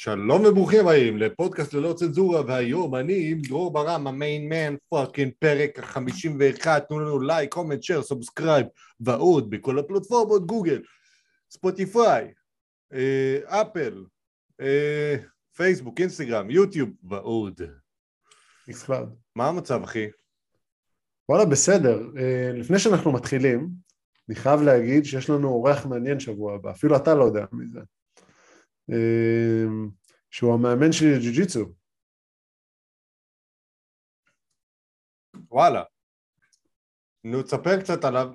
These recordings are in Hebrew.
שלום וברוכים הבאים לפודקאסט ללא צנזורה, והיום אני עם דרור ברם, המיין מן, פאקינג פרק ה-51, תנו לנו לייק, קומנט, שייר, סאבסקרייב, ועוד בכל הפלטפורמות, גוגל, ספוטיפיי, אפל, פייסבוק, אינסטגרם, יוטיוב, ועוד. איקסקלאוד. מה המצב, אחי? וואלה, בסדר. לפני שאנחנו מתחילים, אני חייב להגיד שיש לנו אורח מעניין שבוע הבא, אפילו אתה לא יודע מזה. שהוא המאמן שלי לג'יוג'יצו. וואלה. נו, תספר קצת עליו.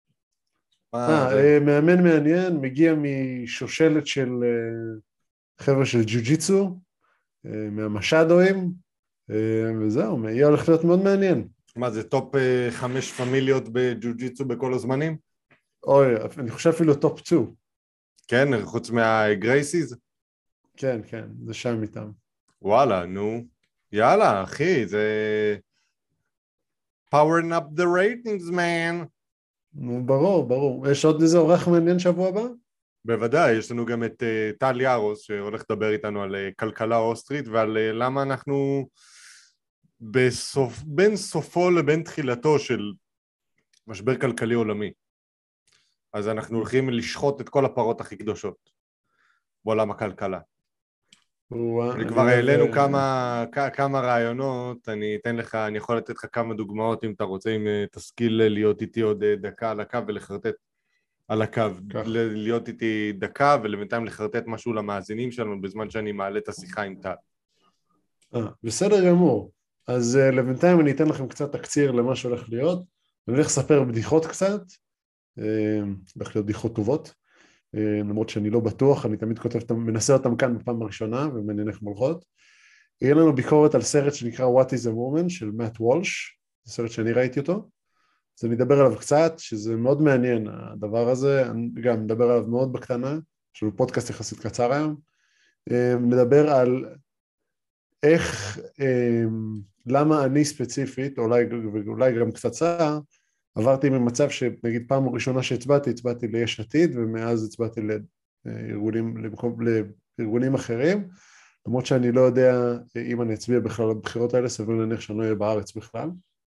מאמן מעניין, מגיע משושלת של חבר'ה של ג'יוג'יצו, מהמשאדואים, וזהו, יהיה הולך להיות מאוד מעניין. מה, זה טופ 5 פמיליות בג'יוג'יצו בכל הזמנים? אוי, אני חושב אפילו טופ 2. כן, חוץ מהגרייסיז? כן, כן, זה שם איתם. וואלה, נו. יאללה, אחי, זה... powering up the ratings, man. ברור, ברור. יש עוד איזה אורח מעניין שבוע הבא? בוודאי, יש לנו גם את טל יארוס, שהולך לדבר איתנו על כלכלה אוסטרית, ועל למה אנחנו בין סופו לבין תחילתו של משבר כלכלי עולמי. אז אנחנו הולכים לשחוט את כל הפרות הכי קדושות בעולם הכלכלה. כבר העלינו כמה רעיונות, אני יכול לתת לך כמה דוגמאות אם אתה רוצה, אם תשכיל להיות איתי עוד דקה על הקו ולחרטט על הקו, להיות איתי דקה ולבינתיים לחרטט משהו למאזינים שלנו בזמן שאני מעלה את השיחה עם טל. בסדר גמור. אז לבינתיים אני אתן לכם קצת תקציר למה שהולך להיות, אני הולך לספר בדיחות קצת, הולך להיות בדיחות טובות, למרות שאני לא בטוח, אני תמיד מנסה אותם כאן בפעם הראשונה, ומעניין איך מולכות. יהיה לנו ביקורת על סרט שנקרא What is a Woman של מאט וולש, זה סרט שאני ראיתי אותו, אז אני אדבר עליו קצת, שזה מאוד מעניין הדבר הזה, אני גם מדבר עליו מאוד בקטנה, שהוא פודקאסט יחסית קצר היום, נדבר על איך, למה אני ספציפית, אולי גם קצת צער, עברתי ממצב שנגיד פעם ראשונה שהצבעתי ליש עתיד, ומאז הצבעתי לארגונים אחרים, למרות שאני לא יודע אם אני אצביע בכלל לבחירות האלה, סביר להניח שאני לא אהיה בארץ בכלל.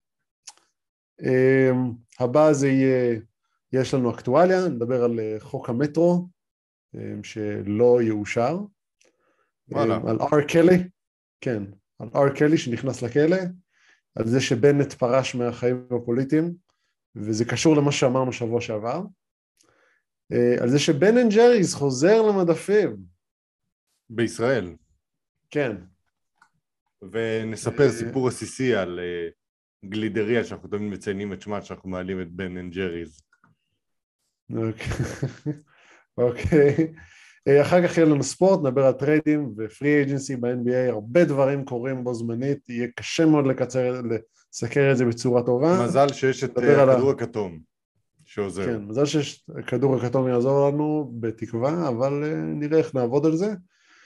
הבא זה יהיה, יש לנו אקטואליה, נדבר על חוק המטרו, שלא יאושר, על אר קלי, כן, על אר קלי שנכנס לכלא, על זה שבנט פרש מהחיים הפוליטיים, וזה קשור למה שאמרנו שבוע שעבר, על זה שבן אנד ג'ריס חוזר למדפים. בישראל. כן. ונספר סיפור עסיסי על גלידריה, שאנחנו תמיד מציינים את שמה, שאנחנו מעלים את בן אנד ג'ריס. אוקיי. אחר כך יהיה לנו ספורט, נדבר על טריידים ופרי אייג'נסי ב-NBA, הרבה דברים קורים בו זמנית, יהיה קשה מאוד לסקר את זה בצורה טובה. מזל שיש את הכדור הכתום שעוזר. כן, מזל שיש כדור הכתום יעזור לנו בתקווה, אבל נראה איך נעבוד על זה.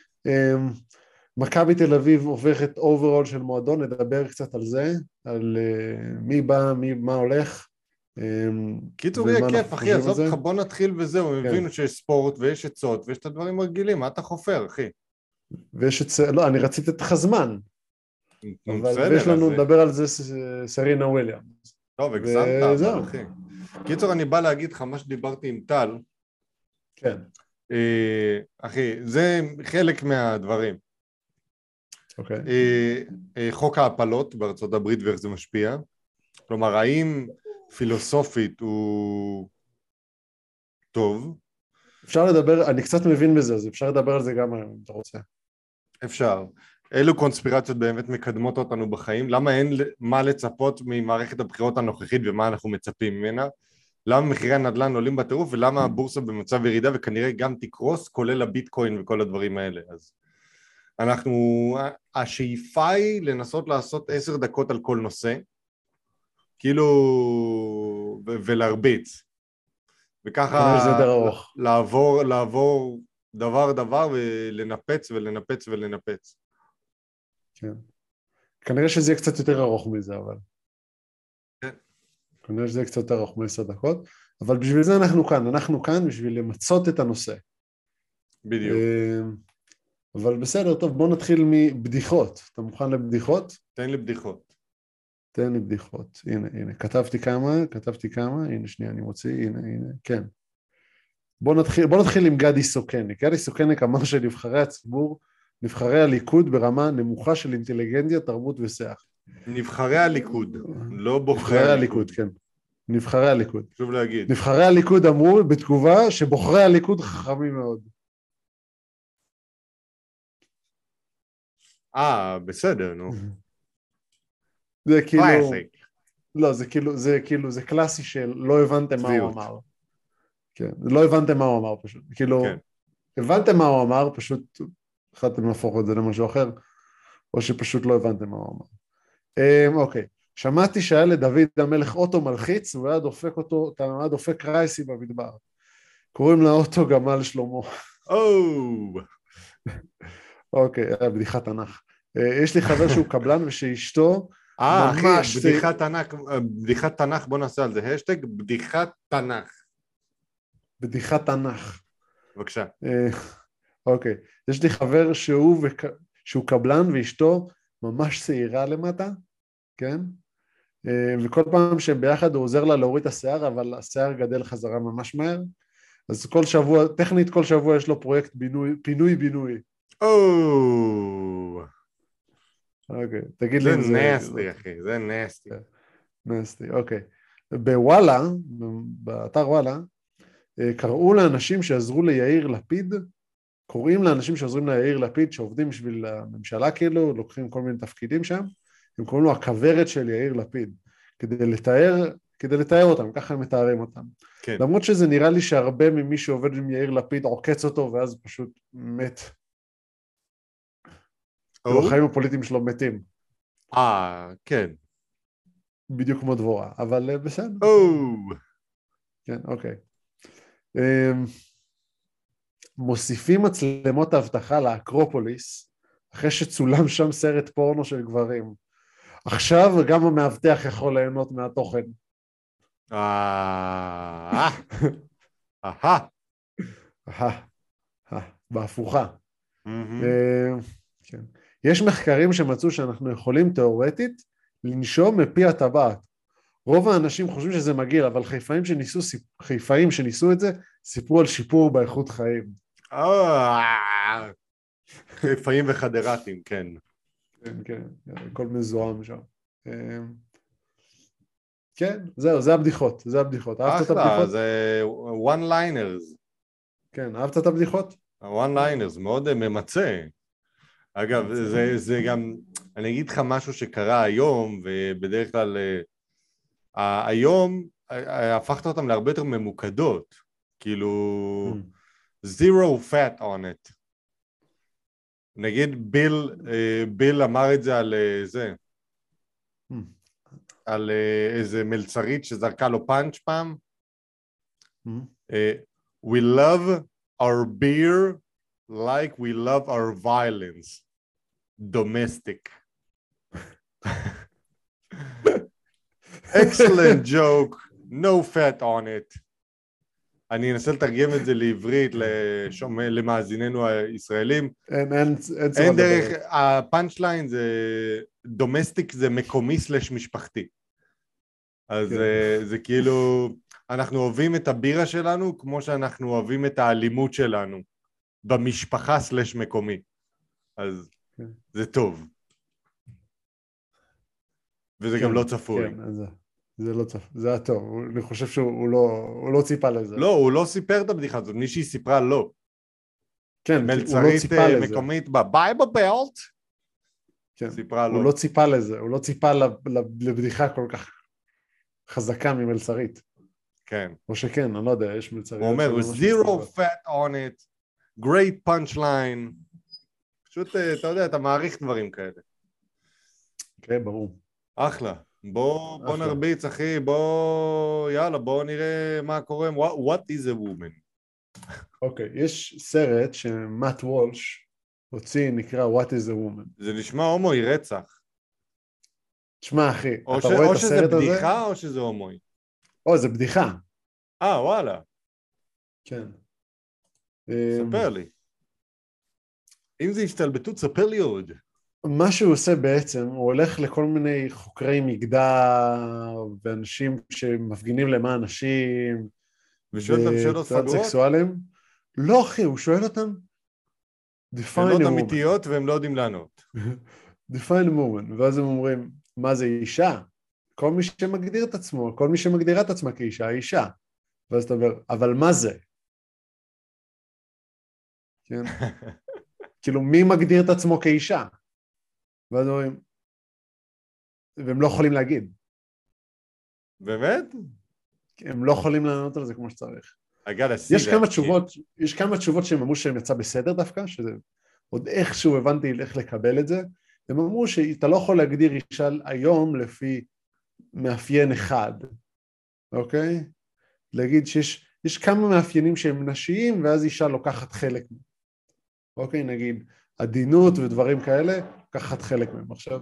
מכבי תל אביב הופכת אוברול של מועדון, נדבר קצת על זה, על מי בא, מה הולך. קיצור יהיה כיף, אחי, עזוב לך, בוא נתחיל וזהו, הם הבינו שיש ספורט ויש עצות ויש את הדברים הרגילים, מה אתה חופר, אחי? לא, אני רציתי את לך זמן. ויש לנו לדבר על זה סרינה וויליאמס. טוב, הגזמת, אחי. קיצור, אני בא להגיד לך מה שדיברתי עם טל. כן. אחי, זה חלק מהדברים. אוקיי. חוק ההפלות בארצות הברית ואיך זה משפיע. כלומר, האם פילוסופית הוא טוב? אפשר לדבר, אני קצת מבין בזה, אז אפשר לדבר על זה גם היום, אם אתה רוצה. אפשר. אילו קונספירציות באמת מקדמות אותנו בחיים? למה אין מה לצפות ממערכת הבחירות הנוכחית ומה אנחנו מצפים ממנה? למה מחירי הנדל"ן עולים בטירוף ולמה הבורסה במצב ירידה וכנראה גם תקרוס, כולל הביטקוין וכל הדברים האלה? אז השאיפה היא לנסות לעשות 10 דקות על כל נושא, כאילו, ולהרביץ. וככה לעבור דבר ולנפץ ולנפץ ולנפץ. כן. כנראה שזה יהיה קצת יותר ארוך מזה, אבל. כן. כנראה שזה יהיה קצת יותר ארוך מ10 דקות, אבל בשביל זה אנחנו כאן בשביל למצות את הנושא. בדיוק. אבל בסדר, טוב, בוא נתחיל מבדיחות. אתה מוכן לבדיחות? תן לי בדיחות. תן לי בדיחות. הנה, כתבתי כמה, הנה שנייה, אני מוציא, הנה, כן. בוא נתחיל עם גדי סוכניק. גדי סוכניק אמר שנבחרי הציבור, נבחרי הליכוד ברמה נמוכה של אינטליגנציה, תרבות ושיח. נבחרי הליכוד, לא בוחרי נבחרי הליכוד. כן. נבחרי הליכוד. חשוב להגיד. נבחרי הליכוד אמרו בתגובה שבוחרי הליכוד חכמים מאוד. בסדר, נו. זה כאילו... קלאסיק. לא, זה קלאסי של לא הבנתם מה הוא צביעות. אמר. כן, לא הבנתם מה הוא אמר פשוט. כאילו, כן. הבנתם מה הוא אמר, פשוט החלטתם להפוך את זה למשהו אחר, או שפשוט לא הבנתם מה הוא אמר. אוקיי, שמעתי שהיה לדוד המלך אוטו מלחיץ, והוא היה דופק רייסי במדבר. קוראים לאוטו גמל שלמה. אוקיי, בדיחת תנ"ך. יש לי חבר שהוא קבלן ושאשתו אחי, בדיחת תנ"ך, בוא נעשה על זה השטג, בדיחת תנ"ך. בדיחת תנ"ך. בבקשה. אוקיי, יש לי חבר שהוא קבלן ואשתו ממש צעירה למטה, כן? וכל פעם שהם ביחד הוא עוזר לה להוריד את השיער, אבל השיער גדל חזרה ממש מהר, אז טכנית כל שבוע יש לו פרויקט פינוי-בינוי. אוקיי, תגיד לי אם זה... זה נסטי, אחי, זה נסטי. נסטי, אוקיי. בוואלה, באתר וואלה, קוראים לאנשים שעזרו ליאיר לפיד, שעובדים בשביל הממשלה כאילו, לוקחים כל מיני תפקידים שם, הם קוראים לו הכוורת של יאיר לפיד, כדי לתאר אותם, ככה הם מתארים אותם. כן. למרות שזה נראה לי שהרבה ממי שעובד עם יאיר לפיד עוקץ אותו, ואז פשוט מת. החיים הפוליטיים שלו מתים. כן. בדיוק כמו דבורה, אבל בסדר. כן, אוקיי. מוסיפים מצלמות האבטחה לאקרופוליס, אחרי שצולם שם סרט פורנו של גברים. עכשיו גם המאבטח יכול ליהנות מהתוכן. בהפוכה. כן. יש מחקרים שמצאו שאנחנו יכולים תיאורטית לנשום מפי הטבעת. רוב האנשים חושבים שזה מגעיל, אבל חיפאים שניסו את זה, סיפרו על שיפור באיכות חיים. חיפאים וחדרתים, כן. כן, הכל מזוהם שם. כן, זהו, זה הבדיחות. אהבת את הבדיחות? אחלה, זה one liners. כן, אהבת את הבדיחות? one liners, מאוד ממצא. אגב, זה גם, אני אגיד לך משהו שקרה היום, ובדרך כלל, היום הפכת אותם להרבה יותר ממוקדות, כאילו, zero fat on it. נגיד ביל אמר את זה על זה, על איזה מלצרית שזרקה לו פאנץ' פעם. We love our beer like we love our violence. Domestic. Excellent joke. No fat on it. אני אנסה לתרגם את זה לעברית למאזיננו הישראלים. אין דרך, הפאנץ' ליין זה דומסטיק, זה מקומי סלש משפחתי. אז זה כאילו, אנחנו אוהבים את הבירה שלנו כמו שאנחנו אוהבים את האלימות שלנו, במשפחה סלש מקומי. אז זה טוב. וזה גם לא צפוי. זה לא צפוי, זה היה טוב, אני חושב שהוא לא ציפה לזה. לא, הוא לא סיפר את הבדיחה הזאת, מישהי סיפרה לו. כן, הוא לא ציפה לזה. מלצרית מקומית בבייבל בלט. סיפרה לו. הוא לא ציפה לזה, הוא לא ציפה לבדיחה כל כך חזקה ממלצרית. כן. או שכן, אני לא יודע, יש מלצרית. הוא אומר, zero fat on it, great punchline. פשוט, אתה יודע, אתה מעריך דברים כאלה. כן, ברור. אחלה. בוא נרביץ, אחי, בוא נראה מה קורה. What is a woman? אוקיי, יש סרט שמאט וולש הוציא, נקרא What is a woman. זה נשמע הומואי רצח. תשמע, אחי, אתה רואה את הסרט הזה? או שזה בדיחה או שזה הומואי? זה בדיחה. וואלה. כן. ספר לי. אם זה השתלבטות, ספר לי עוד. מה שהוא עושה בעצם, הוא הולך לכל מיני חוקרי מגדר, ואנשים שמפגינים למען נשים, ושואל אותם שאלות פגרות? וטרנסקסואלים. לא אחי, הוא שואל אותם, שאלות אמיתיות והם לא יודעים לענות. define a woman, ואז הם אומרים, מה זה אישה? כל מי שמגדיר את עצמו, כל מי שמגדירה את עצמה כאישה, היא אישה. ואז אתה אומר, אבל מה זה? כן? כאילו, מי מגדיר את עצמו כאישה? ואז אומרים, והם לא יכולים להגיד. באמת? הם לא יכולים לענות על זה כמו שצריך. יש כמה תשובות שהם אמרו שהם יצא בסדר דווקא, שזה עוד איכשהו הבנתי איך לקבל את זה. הם אמרו שאתה לא יכול להגדיר אישה היום לפי מאפיין אחד, אוקיי? להגיד שיש כמה מאפיינים שהם נשיים, ואז אישה לוקחת חלק מהם. אוקיי, נגיד, עדינות ודברים כאלה, לוקחת חלק מהם. עכשיו,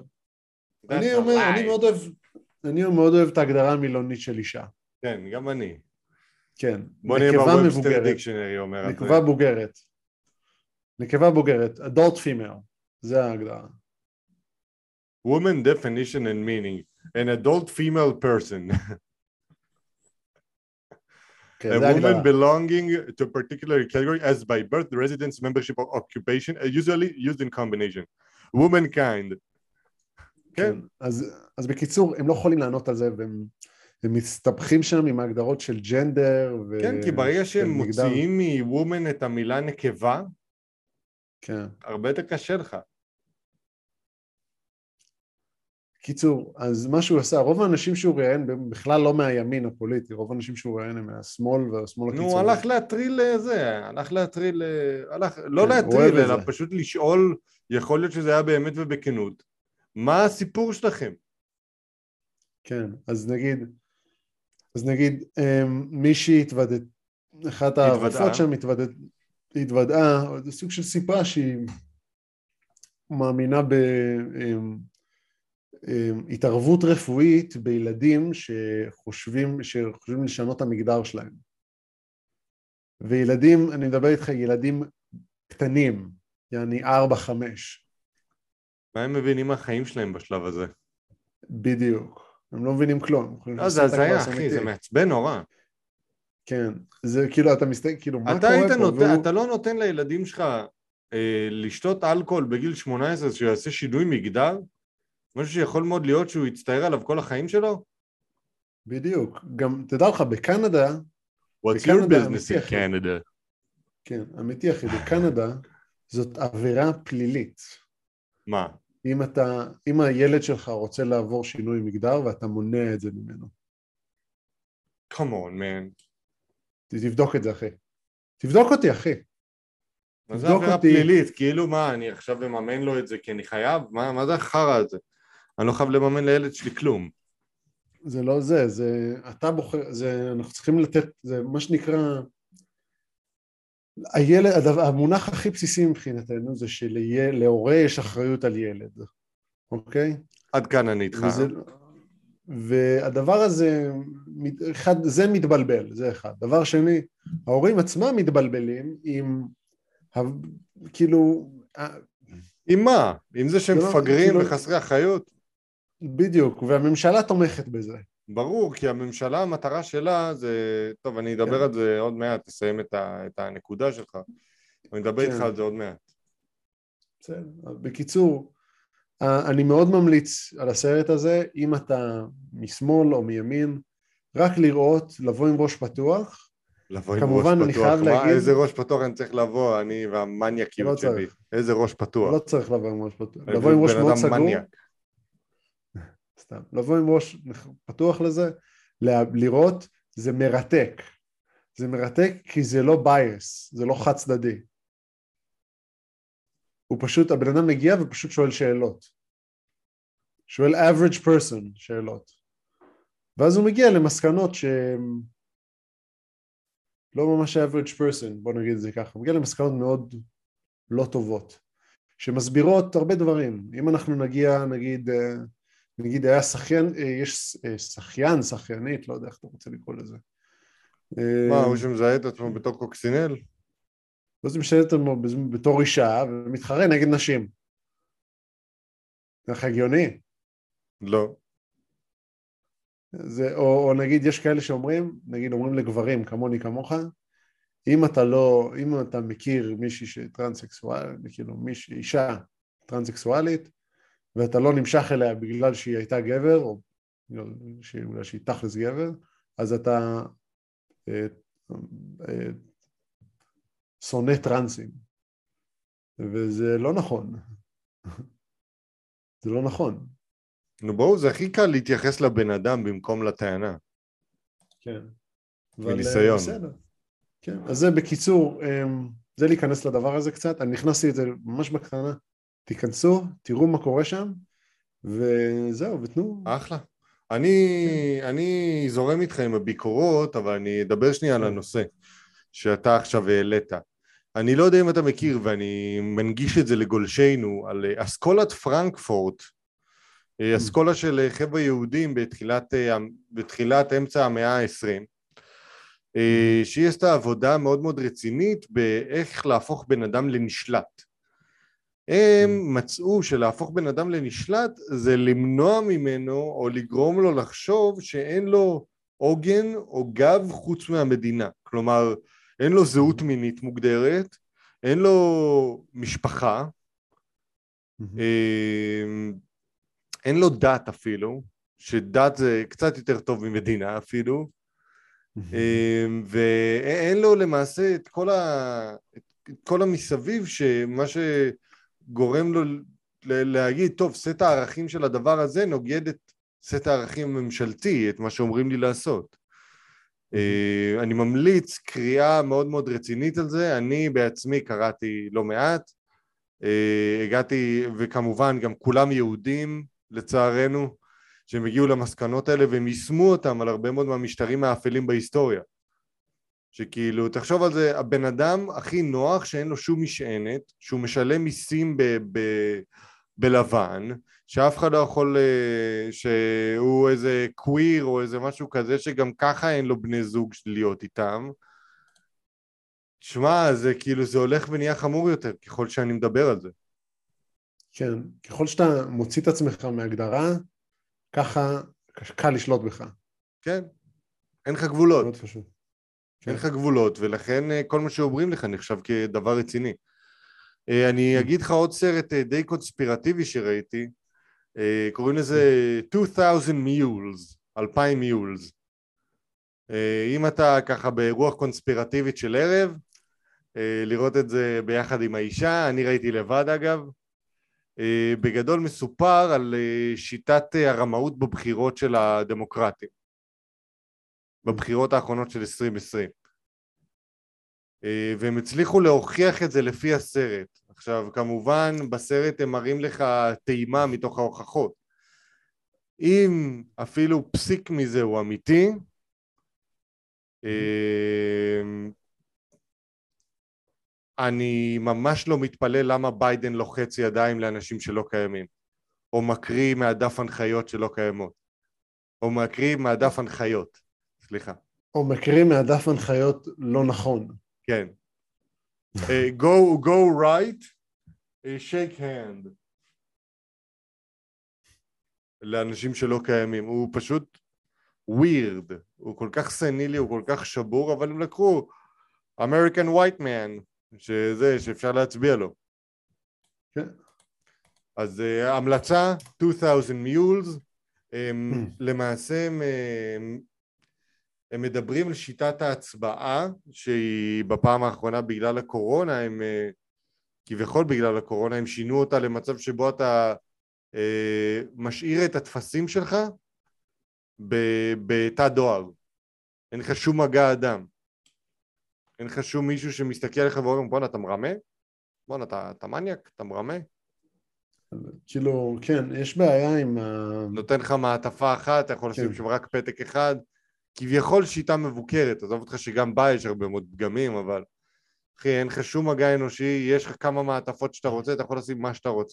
אני מאוד אוהב את ההגדרה המילונית של אישה. כן, גם אני. כן, בוא נהיה בוובסטר דיקשנרי אומר על זה. נקבה בוגרת. נקבה בוגרת, adult female, זה ההגדרה. Woman definition and meaning, an adult female person. A woman belonging to a particular category as by birth, residence, membership or occupation, usually used in combination. Womankind. כן, אז בקיצור, הם לא יכולים לענות על זה, והם מסתבכים שם עם ההגדרות של ג'נדר. כן, כי ברגע שהם מוציאים מ-woman את המילה נקבה, כן. הרבה יותר קשה לך. קיצור, אז מה שהוא עשה, רוב האנשים שהוא ראיין בכלל לא מהימין הפוליטי, רוב האנשים שהוא ראיין הם מהשמאל והשמאל הקיצוני. נו, הלך להטריל לא להטריל, אלא פשוט לשאול, יכול להיות שזה היה באמת ובכנות. מה הסיפור שלכם? כן, אז נגיד, מישהי התוודעת, אחת הרופאות שם התוודעה, זה סוג של סיפרה שהיא מאמינה בהתערבות רפואית בילדים שחושבים לשנות את המגדר שלהם. וילדים, אני מדבר איתך, ילדים קטנים, יעני 4-5. מה הם מבינים מהחיים שלהם בשלב הזה? בדיוק. הם לא מבינים כלום. זה הזיה, אחי, זה מעצבן נורא. כן, זה כאילו, אתה מסתכל, כאילו, מה קורה פה? אתה לא נותן לילדים שלך לשתות אלכוהול בגיל 18 שיעשה שינוי מגדר? משהו שיכול מאוד להיות שהוא יצטער עליו כל החיים שלו? בדיוק. גם, תדע לך, בקנדה... What's your business in Canada? כן, אמיתי אחי, בקנדה זאת עבירה פלילית. מה? אם הילד שלך רוצה לעבור שינוי מגדר ואתה מונע את זה ממנו. Come on, man. תבדוק את זה, אחי. תבדוק אותי, אחי. מה זה עבירה פלילית? כאילו מה, אני עכשיו מממן לו את זה כי אני חייב? מה זה החרא הזה? אני לא חייב לממן לילד שלי כלום. זה לא זה אתה בוחר, אנחנו צריכים לתת, זה מה שנקרא, המונח הכי בסיסי מבחינתנו זה שלהורה יש אחריות על ילד, אוקיי? עד כאן אני איתך. והדבר הזה, זה מתבלבל, זה אחד. דבר שני, ההורים עצמם מתבלבלים עם, כאילו... עם מה? עם זה שהם מפגרים וחסרי אחריות? בדיוק, והממשלה תומכת בזה. ברור, כי הממשלה, המטרה שלה זה... טוב, אני אדבר על זה עוד מעט, תסיים את הנקודה שלך. אני אדבר איתך על זה עוד מעט. בסדר, בקיצור, אני מאוד ממליץ על הסרט הזה, אם אתה משמאל או מימין, רק לראות, לבוא עם ראש פתוח. לבוא עם ראש פתוח, איזה ראש פתוח אני צריך לבוא, אני והמניאקיות שלי. איזה ראש פתוח. לא צריך לבוא עם ראש פתוח. לבוא עם ראש מאוד סגור. סתם, לבוא עם ראש פתוח לזה, לראות, זה מרתק. זה מרתק כי זה לא בייס, זה לא חד צדדי. הוא פשוט, הבן אדם מגיע ופשוט שואל שאלות. שואל average person שאלות. ואז הוא מגיע למסקנות שהם לא ממש average person, בוא נגיד את זה ככה. הוא מגיע למסקנות מאוד לא טובות, שמסבירות הרבה דברים. אם אנחנו נגיע, נגיד היה שחיין, יש שחיין, שחיינית, לא יודע איך אתה רוצה לקרוא לזה. מה, הוא שמזהה את עצמו בתור קוקסינל? ואז היא משתלטת בתור אישה ומתחרה נגד נשים. זה הגיוני? לא. או נגיד יש כאלה שאומרים, נגיד אומרים לגברים כמוני כמוך, אם אתה מכיר מישהי שטרנסקסואלית, כאילו אישה טרנסקסואלית, ואתה לא נמשך אליה בגלל שהיא הייתה גבר, או בגלל שהיא תכלס גבר, אז אתה שונא טרנסים. וזה לא נכון. זה לא נכון. נו בואו, זה הכי קל להתייחס לבן אדם במקום לטענה. כן. מניסיון. בסדר. כן, אז זה בקיצור, זה להיכנס לדבר הזה קצת, אני נכנסתי את זה ממש בקטנה, תיכנסו, תראו מה קורה שם, וזהו, ותנו. אחלה. אני זורם איתך עם הביקורות, אבל אני אדבר שנייה על הנושא שאתה עכשיו העלית. אני לא יודע אם אתה מכיר, ואני מנגיש את זה לגולשנו, על אסכולת פרנקפורט, אסכולה של חבר'ה יהודים בתחילת אמצע המאה ה-20, שהיא עשתה עבודה מאוד מאוד רצינית באיך להפוך בן אדם לנשלט. הם מצאו שלהפוך בן אדם לנשלט זה למנוע ממנו או לגרום לו לחשוב שאין לו עוגן או גב חוץ מהמדינה. כלומר, אין לו זהות מינית מוגדרת, אין לו משפחה, אין לו דת אפילו, שדת זה קצת יותר טוב ממדינה אפילו, ואין לו למעשה את כל המסביב, שמה שגורם לו להגיד, טוב, סט הערכים של הדבר הזה נוגד את סט הערכים הממשלתי, את מה שאומרים לי לעשות. אני ממליץ קריאה מאוד מאוד רצינית על זה, אני בעצמי קראתי לא מעט, הגעתי, וכמובן גם כולם יהודים לצערנו, שהם הגיעו למסקנות האלה והם יישמו אותם על הרבה מאוד מהמשטרים האפלים בהיסטוריה. שכאילו, תחשוב על זה, הבן אדם הכי נוח שאין לו שום משענת, שהוא משלם מיסים בלבן, שאף אחד לא יכול, שהוא איזה קוויר או איזה משהו כזה, שגם ככה אין לו בני זוג להיות איתם. תשמע, זה כאילו, זה הולך ונהיה חמור יותר ככל שאני מדבר על זה. כן, ככל שאתה מוציא את עצמך מהגדרה, ככה קל לשלוט בך. כן, אין לך גבולות. מאוד פשוט. אין לך גבולות, ולכן כל מה שאומרים לך נחשב כדבר רציני. אני אגיד לך עוד סרט די קונספירטיבי שראיתי, קוראים לזה 2000 Mules, 2000 Mules. אם אתה ככה ברוח קונספירטיבית של ערב, לראות את זה ביחד עם האישה, אני ראיתי לבד אגב, בגדול מסופר על שיטת הרמאות בבחירות של הדמוקרטים, בבחירות האחרונות של 2020. והם הצליחו להוכיח את זה לפי הסרט. עכשיו, כמובן, בסרט הם מראים לך טעימה מתוך ההוכחות. אם אפילו פסיק מזה הוא אמיתי, אני ממש לא מתפלא למה ביידן לוחץ ידיים לאנשים שלא קיימים, או מקריא מהדף הנחיות שלא קיימות, או מקריא מהדף הנחיות, סליחה. או מקריא מהדף הנחיות לא נכון. כן. Go right, shake hand. לאנשים שלא קיימים. הוא פשוט weird. הוא כל כך סנילי, הוא כל כך שבור, אבל הם לקחו American white man, שאפשר להצביע לו. כן. אז המלצה, 2000 Mules, למעשה הם מדברים על שיטת ההצבעה, שהיא בפעם האחרונה בגלל הקורונה, כביכול בגלל הקורונה, הם שינו אותה למצב שבו אתה משאיר את התפסים שלך בתא דואר. אין לך שום מגע אדם. אין לך שום מישהו שמסתכל עליך ואומר, בוא'נה, אתה מרמה? בוא'נה, אתה מניאק? אתה מרמה? כאילו, כן, יש בעיה עם נותן לך מעטפה אחת, אתה יכול לשים שם רק פתק אחד, כביכול שיטה מבוקרת, עזוב אותך שגם בה יש הרבה מאוד פגמים, אבל אחי, אין לך שום מגע אנושי, יש לך כמה מעטפות שאתה רוצה, אתה יכול לשים מה שאתה רוצה.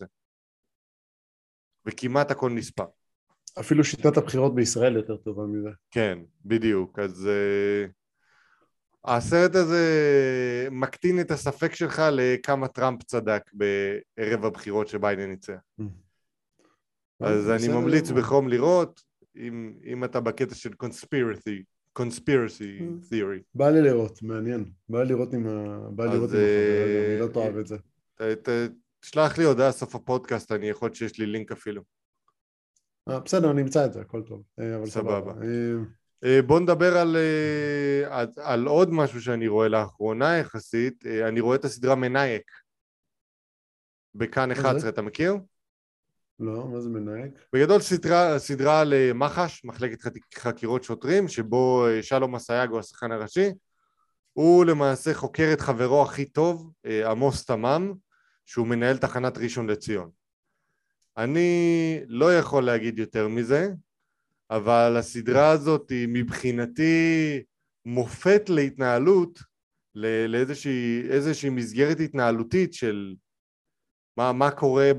וכמעט הכל נספר. אפילו שיטת הבחירות בישראל יותר טובה מזה. כן, בדיוק. אז הסרט הזה מקטין את הספק שלך לכמה טראמפ צדק בערב הבחירות שביידן ניצח. אז אני ממליץ בחום לראות, אם אתה בקטע של conspiracy theory. בא לי לראות, מעניין. בא לי לראות עם החברה, גם היא לא תאהב את זה. תשלח לי הודעה סוף הפודקאסט, אני יכול שיש לי לינק אפילו. בסדר, אני אמצא את זה, הכל טוב. סבבה. בוא נדבר על עוד משהו שאני רואה לאחרונה יחסית. אני רואה את הסדרה מנייק בכאן 11, אתה מכיר? לא, מה זה מנייק? בגדול סדרה למח"ש, מחלקת חקירות שוטרים, שבו שלום אסייג הוא השחקן הראשי. הוא למעשה חוקר את חברו הכי טוב, עמוס תמם, שהוא מנהל תחנת ראשון לציון. אני לא יכול להגיד יותר מזה, אבל הסדרה הזאת היא מבחינתי מופת להתנהלות, לאיזושהי מסגרת התנהלותית של מה קורה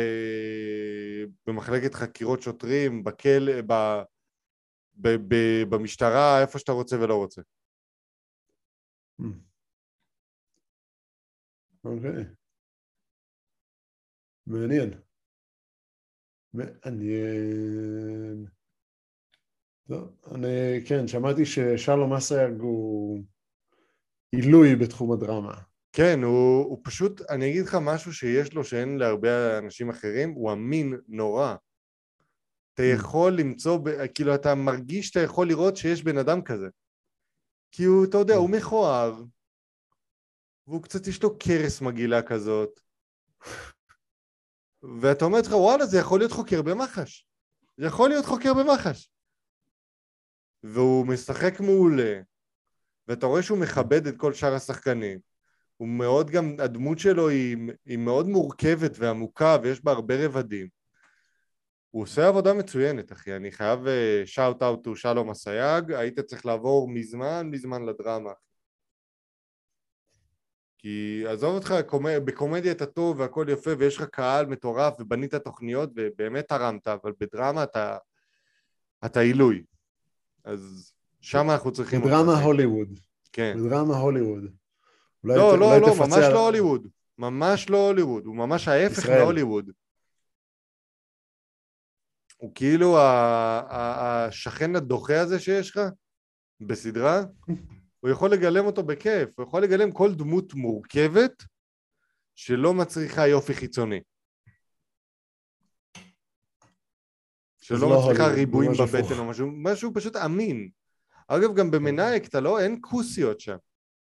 במחלקת חקירות שוטרים, בכלא, במשטרה, איפה שאתה רוצה ולא רוצה. אוקיי. מעניין. כן, שמעתי ששלום אסייג הוא עילוי בתחום הדרמה. כן, הוא פשוט, אני אגיד לך משהו שיש לו שאין להרבה אנשים אחרים, הוא אמין נורא. אתה יכול למצוא, כאילו אתה מרגיש שאתה יכול לראות שיש בן אדם כזה. כי הוא, אתה יודע, הוא מכוער, והוא קצת יש לו קרס מגעילה כזאת. ואתה אומר לך, וואלה, זה יכול להיות חוקר במח"ש. זה יכול להיות חוקר במח"ש. והוא משחק מעולה, ואתה רואה שהוא מכבד את כל שאר השחקנים. הוא מאוד גם, הדמות שלו היא מאוד מורכבת ועמוקה, ויש בה הרבה רבדים. הוא עושה עבודה מצוינת, אחי. אני חייב shout out to שלום אסייג, היית צריך לעבור מזמן לדרמה. כי עזוב אותך, בקומדיה אתה טוב והכל יפה, ויש לך קהל מטורף, ובנית תוכניות, ובאמת תרמת, אבל בדרמה אתה עילוי. אז שם אנחנו צריכים... בדרמה הוליווד. כן. בדרמה הוליווד. לא, ממש לא הוליווד. ממש לא הוליווד. הוא ממש ההפך מהוליווד. הוא כאילו השכן הדוחה הזה שיש לך בסדרה, הוא יכול לגלם אותו בכיף. הוא יכול לגלם כל דמות מורכבת שלא מצריכה יופי חיצוני. שלא מצליחה ריבועים בבטן או משהו פשוט אמין. אגב, גם במנייק, אין כוסיות שם.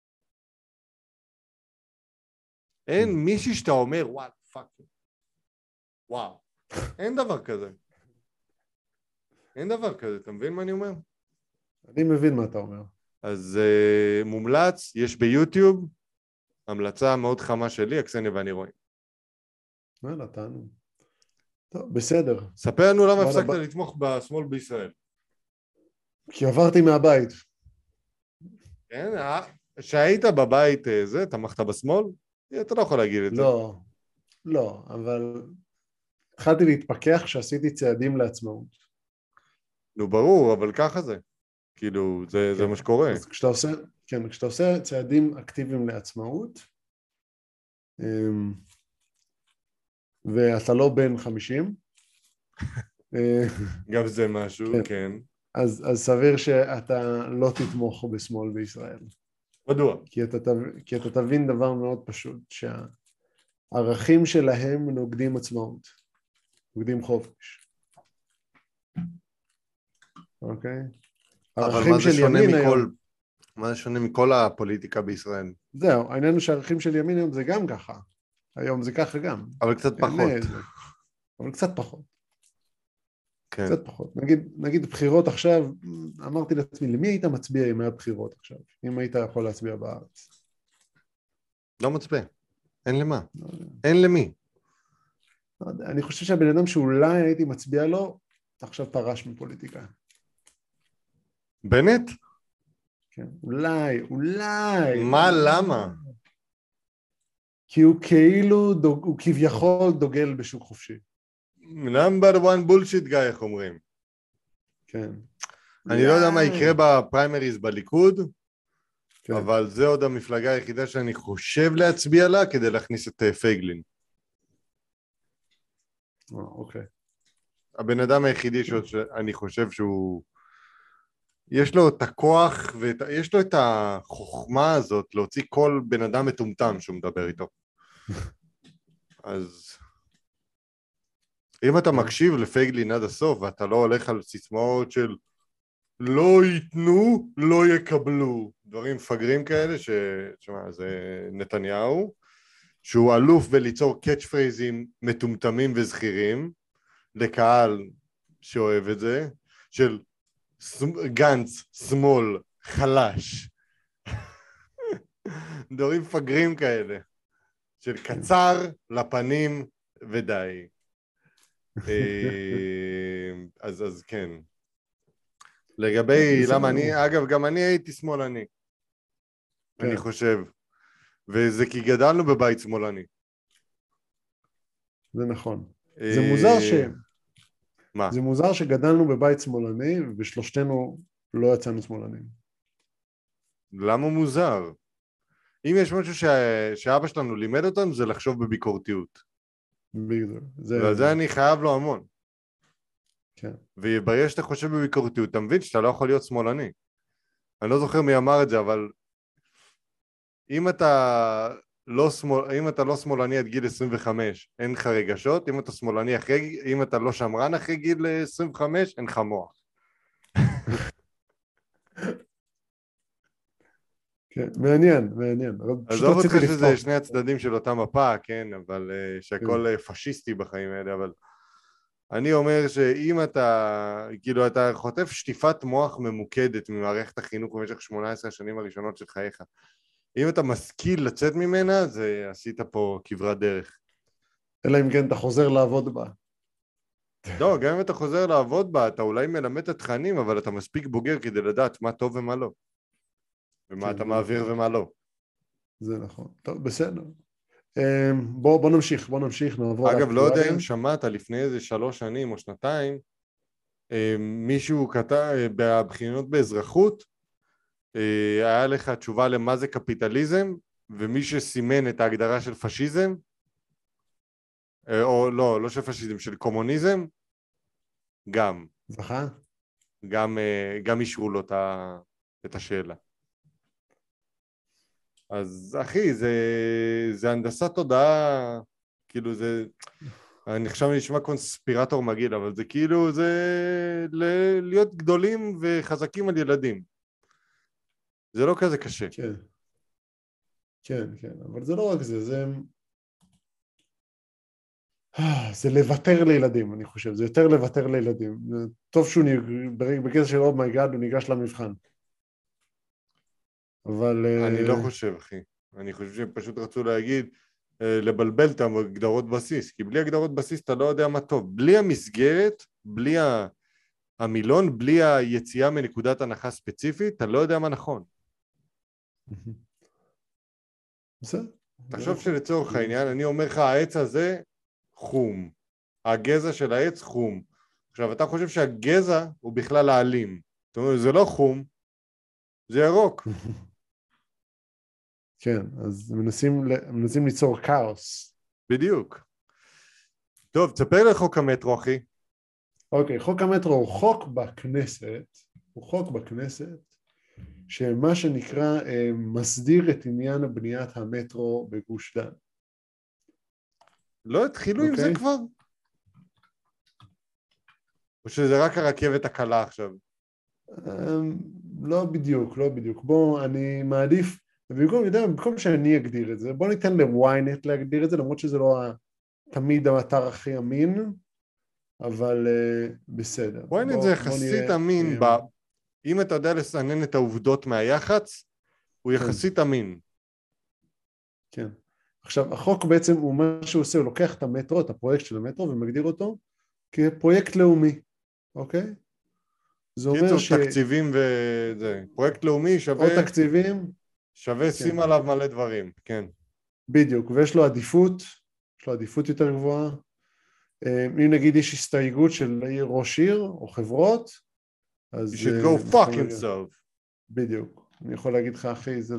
אין מישהי שאתה אומר, וואו, פאק. וואו. אין דבר כזה. אין דבר כזה, אתה מבין מה אני אומר? אני מבין מה אתה אומר. אז מומלץ, יש ביוטיוב, המלצה מאוד חמה שלי, אקסניה ואני רואים. וואלה, תענו. טוב, בסדר. ספר לנו למה הפסקת לתמוך בשמאל בישראל. כי עברתי מהבית. כן, שהיית בבית זה, תמכת בשמאל? אתה לא יכול להגיד את זה. לא, אבל התחלתי להתפכח כשעשיתי צעדים לעצמאות. נו, ברור, אבל ככה זה. כאילו, זה מה שקורה. אז כשאתה עושה צעדים אקטיביים לעצמאות, ואתה לא בן 50, גם זה משהו, כן. אז סביר שאתה לא תתמוך בשמאל בישראל. מדוע? כי אתה תבין דבר מאוד פשוט, שהערכים שלהם נוגדים עצמאות, נוגדים חופש. אוקיי? אבל מה זה שונה מה זה שונה מכל הפוליטיקה בישראל? זהו, העניין הוא שהערכים של ימין היום זה גם ככה. היום זה ככה גם. אבל קצת פחות. אבל קצת פחות. כן. קצת פחות. נגיד בחירות עכשיו, אמרתי לעצמי, למי היית מצביע אם היה בחירות עכשיו? אם היית יכול להצביע בארץ? לא מצביע. אין למה. אין למי. אני חושב שהבן אדם שאולי הייתי מצביע לו, עכשיו פרש מפוליטיקה. באמת? כן, אולי. מה, למה? כי הוא הוא כביכול דוגל בשוק חופשי. number one bullshit guy, איך אומרים. כן. אני לא יודע מה יקרה בפריימריז בליכוד, כן. אבל זה עוד המפלגה היחידה שאני חושב להצביע לה כדי להכניס את פייגלין. אוקיי. הבן אדם היחידי שאני חושב שהוא... יש לו את הכוח ויש לו את החוכמה הזאת להוציא כל בן אדם מטומטם שהוא מדבר איתו. אז אם אתה מקשיב לפייגלין עד הסוף ואתה לא הולך על סיסמאות של לא ייתנו, לא יקבלו, דברים מפגרים כאלה שמה, זה נתניהו, שהוא אלוף בליצור קאץ' פרייזים מטומטמים וזכירים לקהל שאוהב את זה, של גנץ, שמאל, חלש. דברים מפגרים כאלה, של קצר לפנים ודי. אז כן. לגבי למה אני, אגב, גם אני הייתי שמאלני. אני חושב. וזה כי גדלנו בבית שמאלני. זה נכון. זה מוזר מה? זה מוזר שגדלנו בבית שמאלני, ובשלושתנו לא יצאנו שמאלנים. למה מוזר? אם יש משהו שאבא שלנו לימד אותנו, זה לחשוב בביקורתיות. ועל זה אני חייב לו המון. כן. וברגע שאתה חושב בביקורתיות, אתה מבין שאתה לא יכול להיות שמאלני. אני לא זוכר מי אמר את זה, אבל אם אתה לא שמאלני עד גיל 25, אין לך רגשות. אם אתה שמאלני אם אתה לא שמרן אחרי גיל 25, אין לך מוח. כן, מעניין. עזוב אותך שזה שני הצדדים של אותה מפה, כן, אבל שהכל פשיסטי בחיים האלה, אבל אני אומר שאם אתה, כאילו, אתה חוטף שטיפת מוח ממוקדת ממערכת החינוך במשך 18 השנים הראשונות של חייך, אם אתה משכיל לצאת ממנה, זה עשית פה כברת דרך. אלא אם כן אתה חוזר לעבוד בה. לא, גם אם אתה חוזר לעבוד בה, אתה אולי מלמד את התכנים, אבל אתה מספיק בוגר כדי לדעת מה טוב ומה לא. ומה אתה מעביר ומה לא. זה נכון. טוב, בסדר. בוא נמשיך, נעבור. אגב, לא יודע אם שמעת לפני איזה 3 שנים או 2, מישהו כתב בבחינות באזרחות, היה לך תשובה למה זה קפיטליזם, ומי שסימן את ההגדרה של פשיזם, או לא של פשיזם, של קומוניזם, גם. זכה? גם אישרו לו את השאלה. אז אחי, זה הנדסת תודעה, כאילו זה, אני עכשיו נשמע קונספירטור מגעיל, אבל זה כאילו, זה להיות גדולים וחזקים על ילדים. זה לא כזה קשה. כן, אבל זה לא רק זה, זה לוותר לילדים, אני חושב, זה יותר לוותר לילדים. טוב שהוא בגלל של אומייגאד הוא ניגש למבחן. אבל... אני לא חושב, אחי. אני חושב שהם פשוט רצו להגיד, לבלבל את הגדרות בסיס, כי בלי הגדרות בסיס אתה לא יודע מה טוב. בלי המסגרת, בלי המילון, בלי היציאה מנקודת הנחה ספציפית, אתה לא יודע מה נכון. תחשוב שלצורך העניין, אני אומר לך, העץ הזה חום. הגזע של העץ חום. עכשיו, אתה חושב שהגזע הוא בכלל העלים. זאת אומרת, זה לא חום, זה ירוק. כן, אז מנסים ליצור כאוס. בדיוק. טוב, תספר לי חוק המטרו, אחי. אוקיי, חוק המטרו הוא חוק בכנסת, שמה שנקרא מסדיר את עניין בניית המטרו בגוש דן. לא התחילו עם זה כבר? או שזה רק הרכבת הקלה עכשיו? לא בדיוק. בוא, אני מעדיף, במקום שאני אגדיר את זה, בוא ניתן לוויינט להגדיר את זה, למרות שזה לא תמיד האתר הכי אמין, אבל בסדר. וויינט זה יחסית אמין, אם אתה יודע לסנן את העובדות מהיח"צ, הוא יחסית אמין. כן. עכשיו, החוק בעצם הוא מה שהוא עושה, הוא לוקח את המטרו, את הפרויקט של המטרו, ומגדיר אותו כפרויקט לאומי, אוקיי? זה אומר תקציבים וזה, פרויקט לאומי שווה... או תקציבים. שווה שים עליו מלא דברים, כן. בדיוק, ויש לו עדיפות יותר גבוהה. אם נגיד יש הסתייגות של ראש עיר או חברות, אז... You should go fuck himself. בדיוק. אני יכול להגיד לך, אחי, זה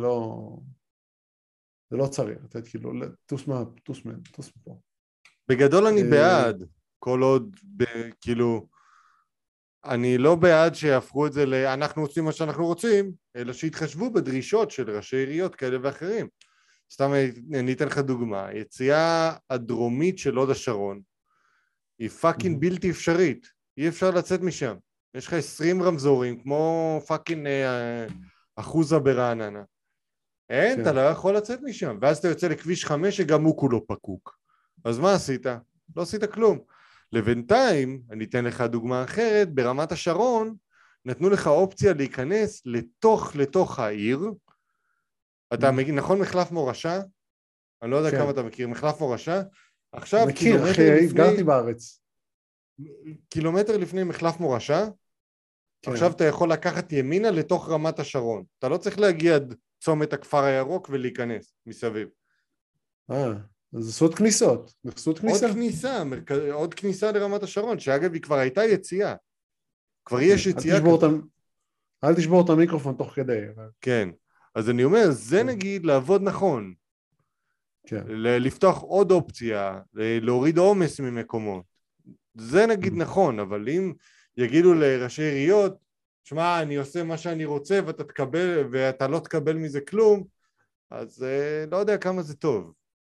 לא צריך, לתת כאילו, טוס מפה. בגדול אני בעד, כל עוד, כאילו, אני לא בעד שיהפכו את זה אנחנו עושים מה שאנחנו רוצים, אלא שיתחשבו בדרישות של ראשי עיריות כאלה ואחרים. סתם אני אתן לך דוגמה, יציאה הדרומית של הוד השרון, היא פאקינג בלתי אפשרית, אי אפשר לצאת משם. יש לך 20 רמזורים, כמו פאקינג אחוזה ברעננה. אין, אתה לא יכול לצאת משם. ואז אתה יוצא לכביש 5 שגם הוא כולו פקוק. אז מה עשית? לא עשית כלום. לבינתיים, אני אתן לך דוגמה אחרת, ברמת השרון, נתנו לך אופציה להיכנס לתוך העיר. אתה נכון מחלף מורשה? אני לא יודע כמה אתה מכיר, מחלף מורשה? עכשיו מכיר, אחי, גרתי בארץ. קילומטר לפני מחלף מורשה, עכשיו אתה יכול לקחת ימינה לתוך רמת השרון. אתה לא צריך להגיע עד צומת הכפר הירוק ולהיכנס מסביב. אז עשו עוד כניסות. עוד כניסה לרמת השרון, שאגב היא כבר הייתה יציאה. כבר יש יציאה כזאת. אל תשבור את המיקרופון תוך כדי. כן, אז אני אומר, זה נגיד לעבוד נכון. לפתוח עוד אופציה, להוריד עומס ממקומות. זה נגיד נכון, אבל אם יגידו לראשי עיריות, שמע, אני עושה מה שאני רוצה ואתה לא תקבל מזה כלום, אז לא יודע כמה זה טוב.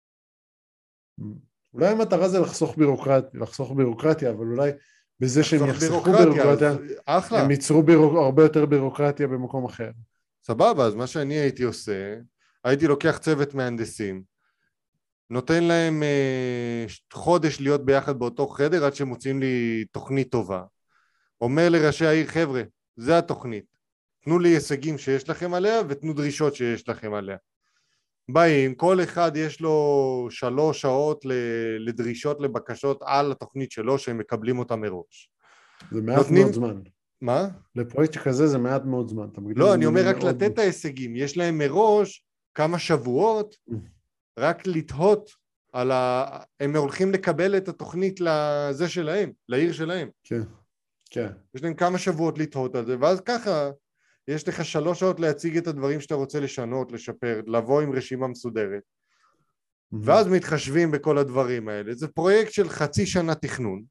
אולי המטרה זה לחסוך בירוקרטיה, אבל אולי בזה שהם יחסכו בירוקרטיה, הם ייצרו הרבה יותר בירוקרטיה במקום אחר. סבבה, אז מה שאני הייתי עושה, הייתי לוקח צוות מהנדסים, נותן להם חודש להיות ביחד באותו חדר עד שמוצאים לי תוכנית טובה. אומר לראשי העיר, חבר'ה, זה התוכנית. תנו לי הישגים שיש לכם עליה ותנו דרישות שיש לכם עליה. באים, כל אחד יש לו 3 שעות לדרישות, לבקשות על התוכנית שלו שהם מקבלים אותה מראש. זה מעט מאוד זמן. מה? לפרויקט כזה זה מעט מאוד זמן. לא, אני אומר רק לתת את ההישגים. יש להם מראש כמה שבועות רק לתהות על הם הולכים לקבל את התוכנית לזה שלהם, לעיר שלהם. כן, כן. יש להם כמה שבועות לתהות על זה, ואז ככה יש לך 3 שעות להציג את הדברים שאתה רוצה לשנות, לשפר, לבוא עם רשימה מסודרת. ואז מתחשבים בכל הדברים האלה. זה פרויקט של חצי שנה תכנון.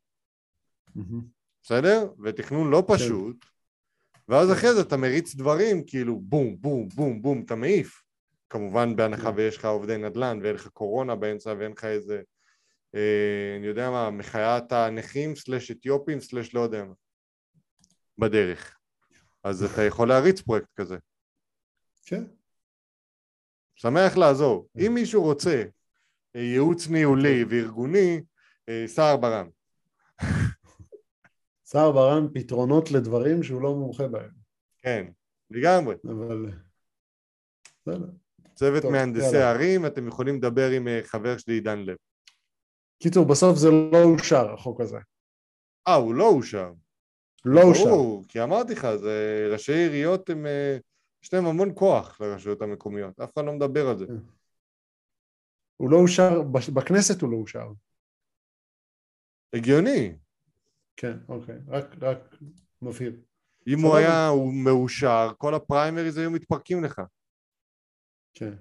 בסדר? ותכנון לא פשוט. ואז אחרי זה אתה מריץ דברים, כאילו בום, בום, בום, בום, אתה מעיף. כמובן בהנחה ויש לך עובדי נדל"ן ואין לך קורונה באמצע ואין לך איזה, אני יודע מה, מחיית הנכים / אתיופים / לא יודע מה, בדרך. אז אתה יכול להריץ פרויקט כזה. כן. שמח לעזור. אם מישהו רוצה ייעוץ ניהולי וארגוני, סער ברם. סער ברם פתרונות לדברים שהוא לא מומחה בהם. כן, לגמרי. אבל... צוות מהנדסי הערים, אתם יכולים לדבר עם חבר שלי עידן לב. קיצור, בסוף זה לא אושר, החוק הזה. הוא לא אושר. לא אושר. כי אמרתי לך, ראשי עיריות, יש להם המון כוח לרשויות המקומיות, אף אחד לא מדבר על זה. הוא לא אושר, בכנסת הוא לא אושר. הגיוני. כן, אוקיי, רק מבהיר. אם הוא מאושר, כל הפריימריז היו מתפרקים לך. כן.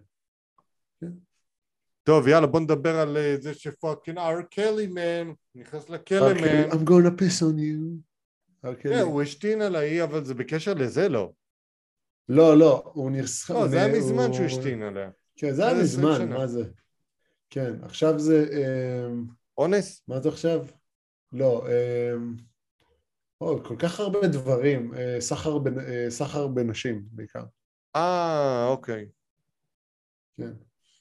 טוב, יאללה, בוא נדבר על זה שפאקינג R. Kelly, man, נכנס לכלא, man. I'm gonna piss on you. כן, הוא השתין עליי, אבל זה בקשר לזה, לא. לא, הוא נרסח... לא, זה היה מזמן שהוא השתין עליה. כן, זה היה מזמן, מה זה? כן, עכשיו זה... אונס? מה זה עכשיו? לא, כל כך הרבה דברים, סחר בנשים בעיקר. אוקיי. כן.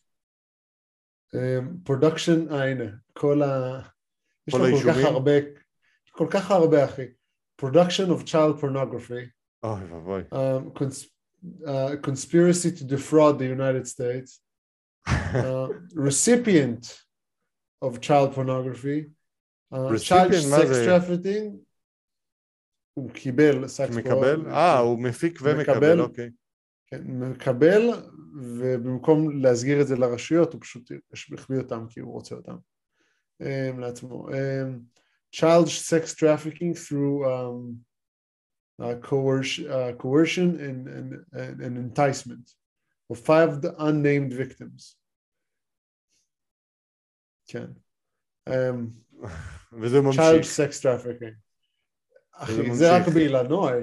פרודקשן, הנה, יש לו כל כך הרבה, אחי. Production of child pornography. אוי ובוי. Conspiracy to defraud the United States. Recipient of child pornography. Child sex trafficking. הוא קיבל סקס מקבל? הוא מפיק ומקבל, אוקיי. כן, מקבל, ובמקום להסגיר את זה לרשויות, הוא פשוט החביא אותם כי הוא רוצה אותם לעצמו. Child sex trafficking through coercion and enticement of 5 unnamed victims. כן. וזה ממשיך. Child sex trafficking. אחי, זה רק באילנוי.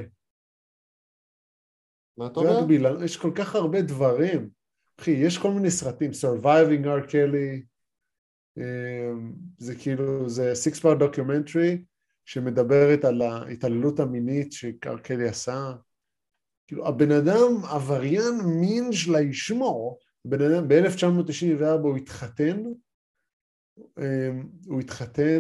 מה אתה אומר? יש כל כך הרבה דברים. אחי, יש כל מיני סרטים, Surviving R. Kelly, זה כאילו, זה 6-part documentary, שמדברת על ההתעללות המינית ש-R. Kelly עשה. כאילו, הבן אדם עבריין מין שלה ישמו, ב-1994 הוא התחתן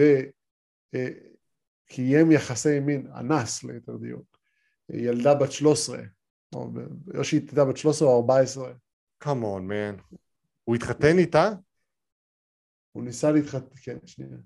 וקיים יחסי מין, אנס ליתר דיוק, ילדה בת 13, או שהיא תדע בת 13 או 14. Come on, man. הוא התחתן איתה? הוא ניסה להתחתן, כן, שנייה.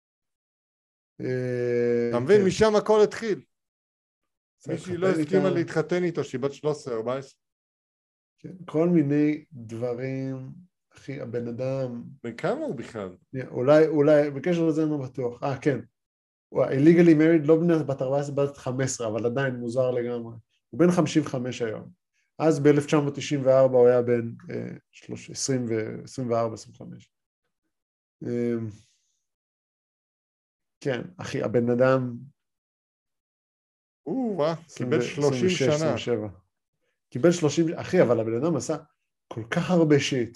אתה מבין, משם הכל התחיל. מישהי לא הסכימה להתחתן איתו, שהיא בת 13, 14. כן, כל מיני דברים, אחי, הבן אדם... בן כמה הוא בכלל? אולי, בקשר לזה אני לא בטוח. כן. הוא illegally married, לא בת 14, בת 15, אבל עדיין מוזר לגמרי. הוא בן 55 היום. אז ב-1994 הוא היה בן 24, 25. כן, אחי, הבן אדם... קיבל 30 שנה. 27. קיבל 30, אחי, אבל הבן אדם עשה כל כך הרבה שיט.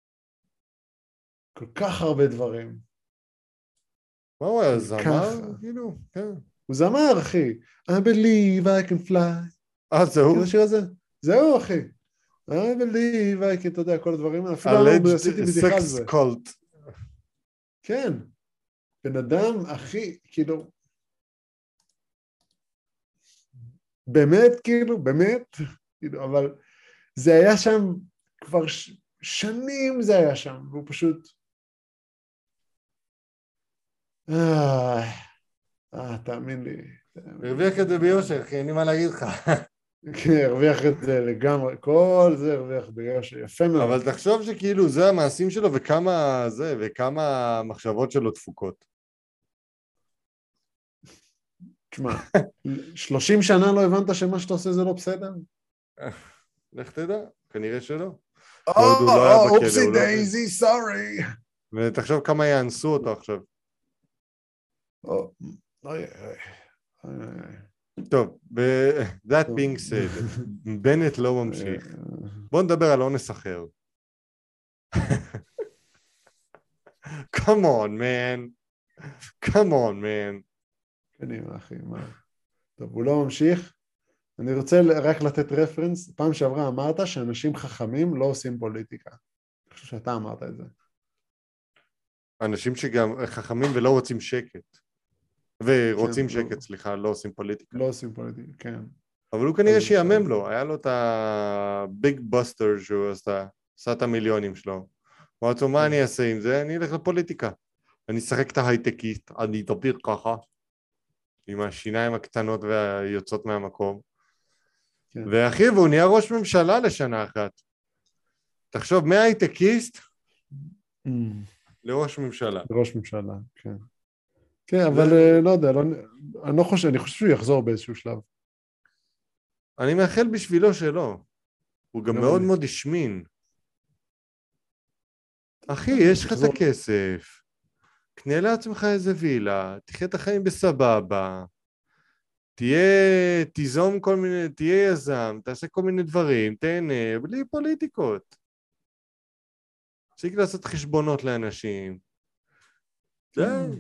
כל כך הרבה דברים. מה הוא היה, זמר? כאילו, כן. הוא זמר, אחי. I believe I can fly. זהו? כאילו השיר הזה? זהו, אחי. I believe I can, אתה יודע, כל הדברים האלה. אפילו לא עשיתי בדיחה על זה. Sex cult. כן. בן אדם, אחי, כאילו... באמת, באמת, אבל זה היה שם כבר שנים זה היה שם, והוא פשוט... תאמין לי. הרוויח את זה ביושר, כי אין לי מה להגיד לך. כן, הרוויח את זה לגמרי, כל זה הרוויח ביושר, יפה מאוד. אבל תחשוב שכאילו זה המעשים שלו וכמה המחשבות שלו דפוקות. תשמע, 30 שנה לא הבנת שמה שאתה עושה זה לא בסדר? לך תדע, כנראה שלא. אופסי דייזי, סורי. ותחשוב כמה יאנסו אותו עכשיו. טוב, that being said, בנט לא ממשיך. בוא נדבר על אונס אחר. Come on, man. Come on, man. קדימה, אחי, מה? טוב, הוא לא ממשיך. אני רוצה רק לתת רפרנס. פעם שעברה אמרת שאנשים חכמים לא עושים פוליטיקה. אני חושב שאתה אמרת את זה. אנשים שגם חכמים ולא רוצים שקט. ורוצים שקט, סליחה, לא עושים פוליטיקה. לא עושים פוליטיקה, כן. אבל הוא כנראה שיאמם לו. היה לו את הביג בסטר שהוא עשה את המיליונים שלו. הוא עצמו, מה אני אעשה עם זה? אני אלך לפוליטיקה. אני אשחק את ההייטקיסט, אני אדבר ככה. עם השיניים הקטנות והיוצאות מהמקום. ואחיו, הוא נהיה ראש ממשלה לשנה אחת. תחשוב, מההייטקיסט לראש ממשלה. לראש ממשלה, כן. כן, אבל לא יודע, אני חושב שהוא יחזור באיזשהו שלב. אני מאחל בשבילו שלא. הוא גם מאוד מאוד השמין. אחי, יש לך את הכסף. קנה לעצמך איזה וילה, תחיה את החיים בסבבה, תיזום כל מיני, תהיה יזם, תעשה כל מיני דברים, תהנה, בלי פוליטיקות. תפסיק לעשות חשבונות לאנשים. די.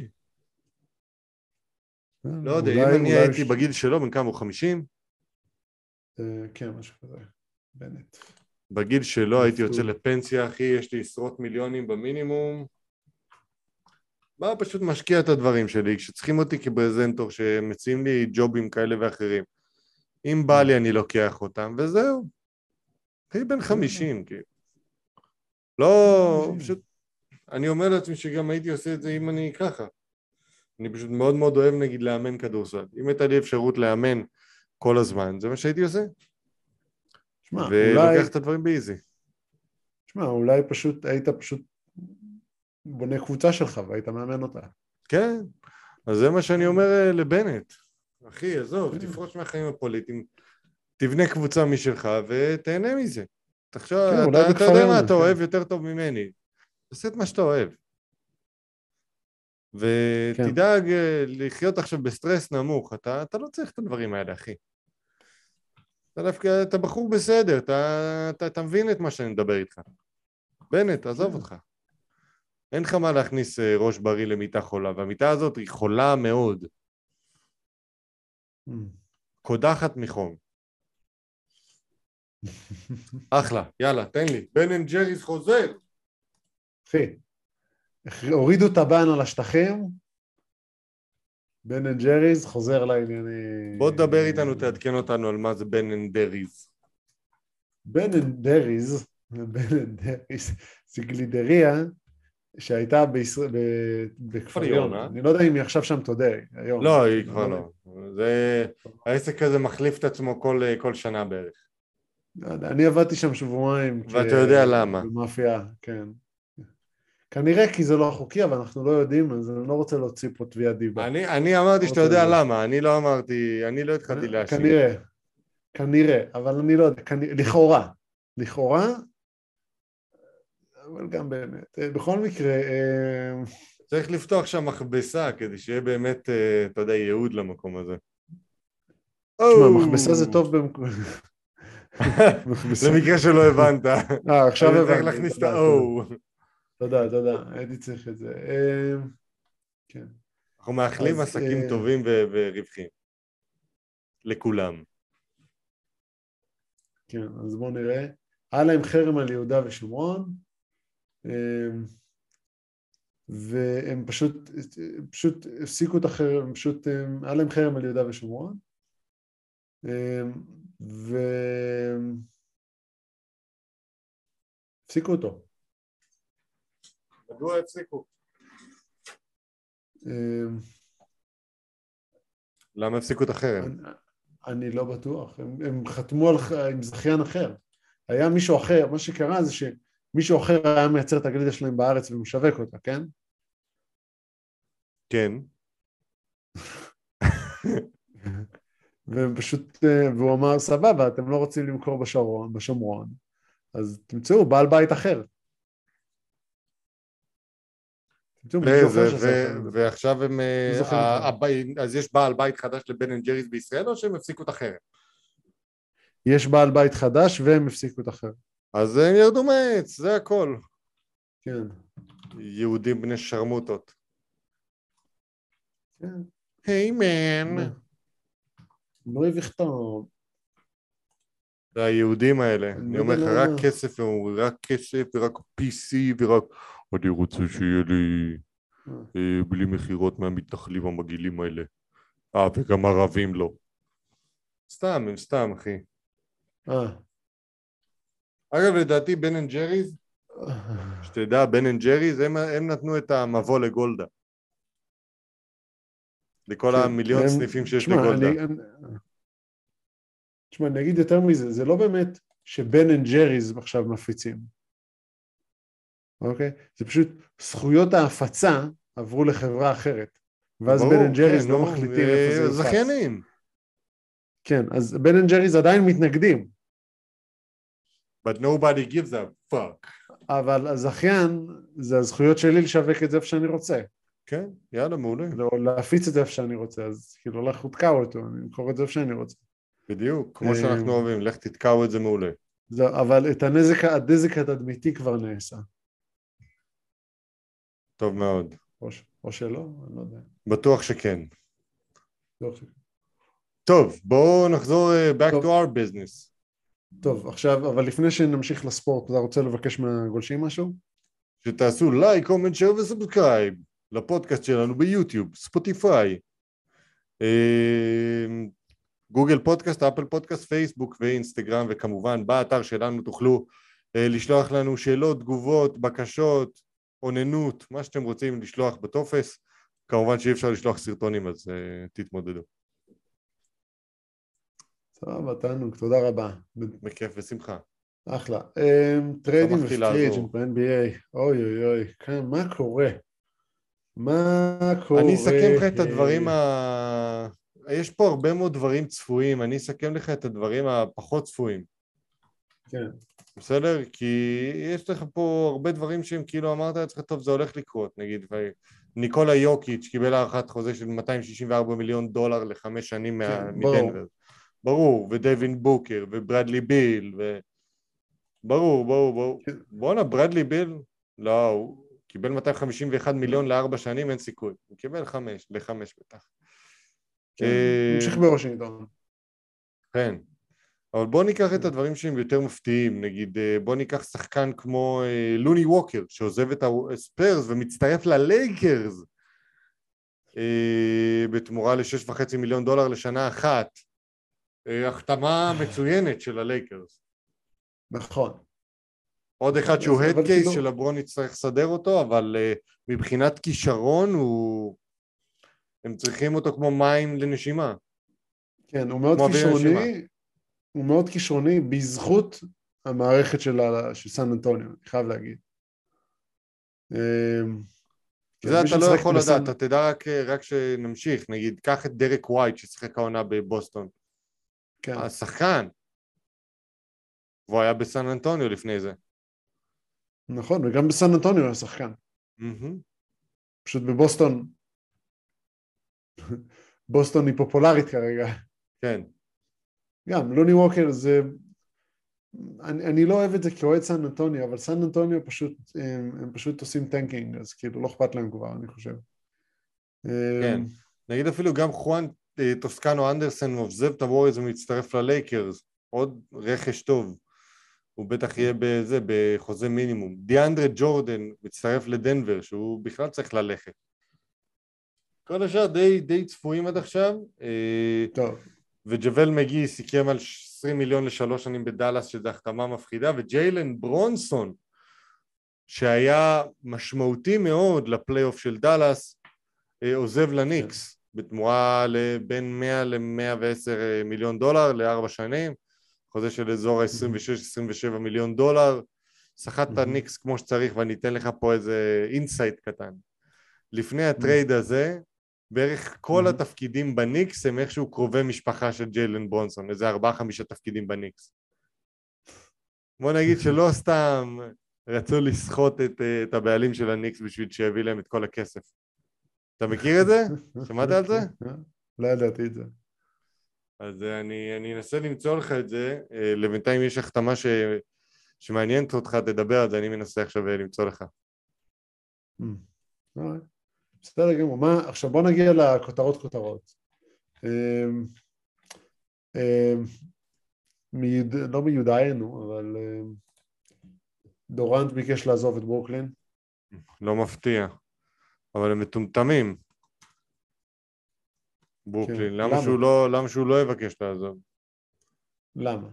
לא יודע, אם אני הייתי בגיל שלו, בן כמה הוא 50? כן, משהו כזה, בנט. בגיל שלו הייתי יוצא לפנסיה, אחי, יש לי עשרות מיליונים במינימום. בא פשוט משקיע את הדברים שלי, כשצריכים אותי כברזנטור, שמציעים לי ג'ובים כאלה ואחרים. אם בא לי אני לוקח אותם, וזהו. אחי בן 50, כאילו. לא, פשוט, אני אומר לעצמי שגם הייתי עושה את זה אם אני ככה. אני פשוט מאוד מאוד אוהב, נגיד, לאמן כדורסל. אם הייתה לי אפשרות לאמן כל הזמן, זה מה שהייתי עושה. ולוקח את הדברים באיזי. תשמע, אולי פשוט, היית פשוט בונה קבוצה שלך והיית מאמן אותה. כן, אז זה מה שאני אומר לבנט. אחי, עזוב, תפרוש מהחיים הפוליטיים, תבנה קבוצה משלך ותהנה מזה. תחשוב, אתה יודע מה אתה אוהב יותר טוב ממני. תעשה את מה שאתה אוהב. ותדאג לחיות עכשיו בסטרס נמוך. אתה לא צריך את הדברים האלה, אחי. אתה בחור בסדר, אתה מבין את מה שאני מדבר איתך. בנט, עזוב אותך. אין לך מה להכניס ראש בריא למיטה חולה, והמיטה הזאת היא חולה מאוד. קודחת מחום. אחלה, יאללה, תן לי. בן אנד ג'ריז חוזר. אחי, הורידו את הבן על השטחים, בן אנד ג'ריז חוזר לעניינים. בוא תדבר איתנו, תעדכן אותנו על מה זה בן אנד דריז. בן אנד דריז, זה גלידריה שהייתה בכפר יונה. אני לא יודע אם היא עכשיו שם תודה. לא, היא כבר לא. העסק הזה מחליף את עצמו כל שנה בערך. אני עבדתי שם שבועיים. ואתה יודע למה. במאפיה, כן. כנראה כי זה לא חוקי, אבל אנחנו לא יודעים, אז אני לא רוצה להוציא פה תביעה דיבה. אני אמרתי שאתה יודע למה, אני לא התחלתי להשיב. כנראה, אבל אני לא יודע, לכאורה, אבל גם באמת. בכל מקרה... צריך לפתוח שם מכבסה, כדי שיהיה באמת, אתה יודע, ייעוד למקום הזה. תשמע, מכבסה זה טוב במקום... למקרה שלא הבנת. עכשיו הבנתי. צריך להכניס את ה-O. תודה, הייתי צריך את זה. כן. אנחנו מאחלים עסקים טובים ורווחים. לכולם. כן, אז בואו נראה. היה להם חרם על יהודה ושומרון, והם פשוט הפסיקו את החרם, היה להם חרם על יהודה ושומרון, הפסיקו אותו. מדוע הפסיקו? למה הפסיקו את החרם? אני לא בטוח, הם חתמו עם זכיין אחר. היה מישהו אחר, מה שקרה זה שמישהו אחר היה מייצר את הגלידה שלהם בארץ ומשווק אותה, כן? כן. והוא אמר, סבבה, אתם לא רוצים למכור בשומרון, אז תמצאו בעל בית אחר. ועכשיו הם... אז יש בעל בית חדש לבן אנד ג'ריז בישראל, או שהם הפסיקו את החרם? יש בעל בית חדש והם הפסיקו את החרם. אז הם ירדו מעץ, זה הכל. כן. יהודים בני שרמוטות. כן. היי מן. נוי וכתוב. זה היהודים האלה. אני אומר לך, רק כסף, רק כסף ורק PC ורק... אני רוצה שיהיה לי בלי מחירות מהמתנחלים המגעילים האלה. וגם ערבים לא. סתם, הם סתם, אחי. אגב, לדעתי, בן אנד ג'ריז, שתדע, בן אנד ג'ריז, הם נתנו את המבוא לגולדה. לכל המיליון סניפים שיש לגולדה. תשמע, אני אגיד יותר מזה, זה לא באמת שבן אנד ג'ריז עכשיו מפיצים. אוקיי? זה פשוט זכויות ההפצה עברו לחברה אחרת. ואז בן אנד ג'ריז לא מחליטים איפה זה יופץ. זכיינים. כן, אז בן אנד ג'ריז עדיין מתנגדים. But nobody gives a fuck. אבל הזכיין, זה הזכויות שלי לשווק את זה איפה שאני רוצה. כן, יאללה, מעולה. להפיץ את זה איפה שאני רוצה, אז כאילו הולך לתקעו אותו, אני אמכור את זה איפה שאני רוצה. בדיוק, כמו שאנחנו אוהבים, לך תתקעו את זה מעולה. אבל את הנזק התדמיתי כבר נעשה. טוב מאוד. או שלא, אני לא יודע. בטוח שכן. טוב, בואו נחזור back to our business. טוב, עכשיו, אבל לפני שנמשיך לספורט, אתה רוצה לבקש מהגולשים משהו? שתעשו לייק, קומנט, שייר וסאבסקרייב לפודקאסט שלנו ביוטיוב, ספוטיפיי, גוגל פודקאסט, אפל פודקאסט, פייסבוק ואינסטגרם, וכמובן באתר שלנו תוכלו לשלוח לנו שאלות, תגובות, בקשות, עוננות, מה שאתם רוצים לשלוח בטופס. כמובן שאי אפשר לשלוח סרטונים, אז תתמודדו. סבבה, תענוג, תודה רבה. בכיף ושמחה. אחלה. טריידים ופריג'ים ב-NBA. אוי אוי אוי, מה קורה? אני אסכם לך את הדברים יש פה הרבה מאוד דברים צפויים, אני אסכם לך את הדברים הפחות צפויים. כן. בסדר? כי יש לך פה הרבה דברים שהם כאילו אמרת לעצמך, טוב, זה הולך לקרות, נגיד, ניקולה יוקיץ' קיבל הארכת חוזה של 264 מיליון דולר ל5 שנים מדנבר. ברור, ודייווין בוקר, וברדלי ביל, ברור. בואנה, ברדלי ביל, לא, הוא קיבל 251 מיליון ל4 שנים, אין סיכוי. הוא קיבל 5 בטח. כן, המשיך בוושינגטון. כן. אבל בוא ניקח את הדברים שהם יותר מפתיעים, נגיד בוא ניקח שחקן כמו לוני ווקר שעוזב את הספרס ומצטרף ללייקרס בתמורה ל$6.5 מיליון לשנה אחת, החתמה מצוינת של הלייקרס. נכון. עוד אחד שהוא הד קייס שלברון יצטרך לסדר אותו, אבל מבחינת כישרון הם צריכים אותו כמו מים לנשימה. כן, הוא מאוד כישרוני. הוא מאוד כישרוני בזכות המערכת של סן אנטוניו, אני חייב להגיד. זה אתה לא יכול לדעת, אתה תדע רק שנמשיך, נגיד, קח את דרק ווייט ששיחק העונה בבוסטון. השחקן, והוא היה בסן אנטוניו לפני זה. נכון, וגם בסן אנטוניו היה שחקן. פשוט בבוסטון, בוסטון היא פופולרית כרגע. כן. גם, לוני ווקר זה, אני לא אוהב את זה כאוהד סן אנטוניו, אבל סן אנטוניו הם פשוט עושים טנקינג, אז כאילו לא אכפת להם כבר, אני חושב. כן, נגיד אפילו גם חואן טוסקנו אנדרסן עוזב את הווריורס ומצטרף ללייקרס, עוד רכש טוב, הוא בטח יהיה בחוזה מינימום. דיאנדרה ג'ורדן מצטרף לדנבר, שהוא בכלל צריך ללכת. כל השאר די צפויים עד עכשיו. טוב. וג'וול מגי סיכם על 20 מיליון ל3 שנים בדלס, שזו החתמה מפחידה, וג'יילן ברונסון, שהיה משמעותי מאוד לפלייאוף של דלס, עוזב לניקס, בתמורה בין 100 ל-110 מיליון דולר ל4 שנים, חוזה של אזור ה-26-27 מיליון דולר, שחט את הניקס כמו שצריך, ואני אתן לך פה איזה אינסייט קטן. לפני הטרייד הזה, בערך כל התפקידים בניקס הם איכשהו קרובי משפחה של ג'יילן ברונסון, איזה 4-5 תפקידים בניקס. בוא נגיד שלא סתם רצו לסחוט את הבעלים של הניקס בשביל שיביא להם את כל הכסף. אתה מכיר את זה? שמעת על זה? לא ידעתי את זה. אז אני אנסה למצוא לך את זה, לבינתיים יש החתמה שמעניינת אותך, תדבר על זה, אני מנסה עכשיו למצוא לך. בסדר גמור, עכשיו בוא נגיע לכותרות. לא מיודענו, אבל דורנט ביקש לעזוב את ברוקלין. לא מפתיע, אבל הם מטומטמים. ברוקלין, למה שהוא לא יבקש לעזוב? למה?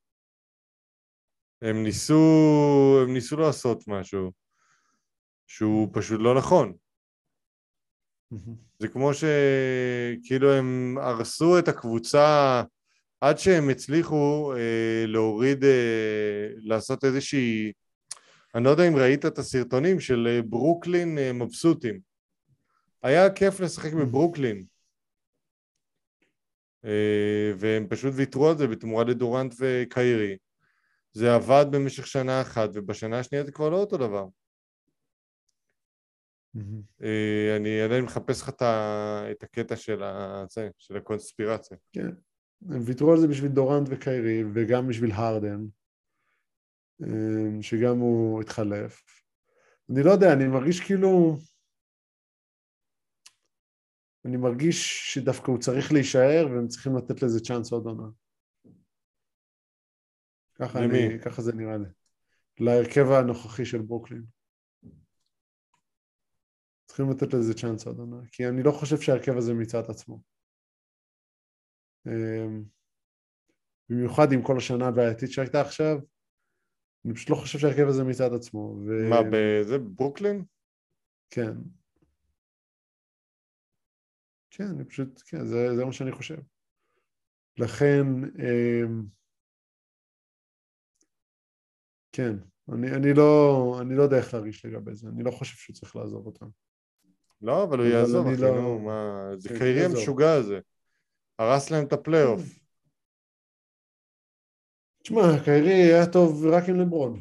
הם ניסו לעשות משהו שהוא פשוט לא נכון. זה כמו שכאילו הם הרסו את הקבוצה עד שהם הצליחו להוריד, לעשות איזושהי, אני לא יודע אם ראית את הסרטונים של ברוקלין מבסוטים. היה כיף לשחק בברוקלין. והם פשוט ויתרו על זה בתמורה לדורנט וקיירי. זה עבד במשך שנה אחת, ובשנה השנייה זה כבר לא אותו דבר. אני עדיין מחפש לך את הקטע של הקונספירציה. כן, הם ויתרו על זה בשביל דורנט וקיירי, וגם בשביל הרדן, שגם הוא התחלף. אני לא יודע, אני מרגיש כאילו, אני מרגיש שדווקא הוא צריך להישאר, והם צריכים לתת לזה צ'אנס עוד עונה. ככה זה נראה לי. להרכב הנוכחי של ברוקלין. צריכים לתת לזה צ'אנס עוד עונה, כי אני לא חושב שהרכב הזה מיצה את עצמו. במיוחד עם כל השנה הבעייתית שהייתה עכשיו, אני פשוט לא חושב שהרכב הזה מיצה את עצמו. מה, זה ברוקלין? כן. כן, אני פשוט, כן, זה מה שאני חושב. לכן, כן, אני לא יודע איך להרגיש לגבי זה, אני לא חושב שהוא צריך לעזוב אותם. לא, אבל הוא יעזוב, אחי, נו, מה, זה קיירי המשוגע הזה. הרס להם את הפלייאוף. תשמע, קיירי היה טוב רק עם לברון.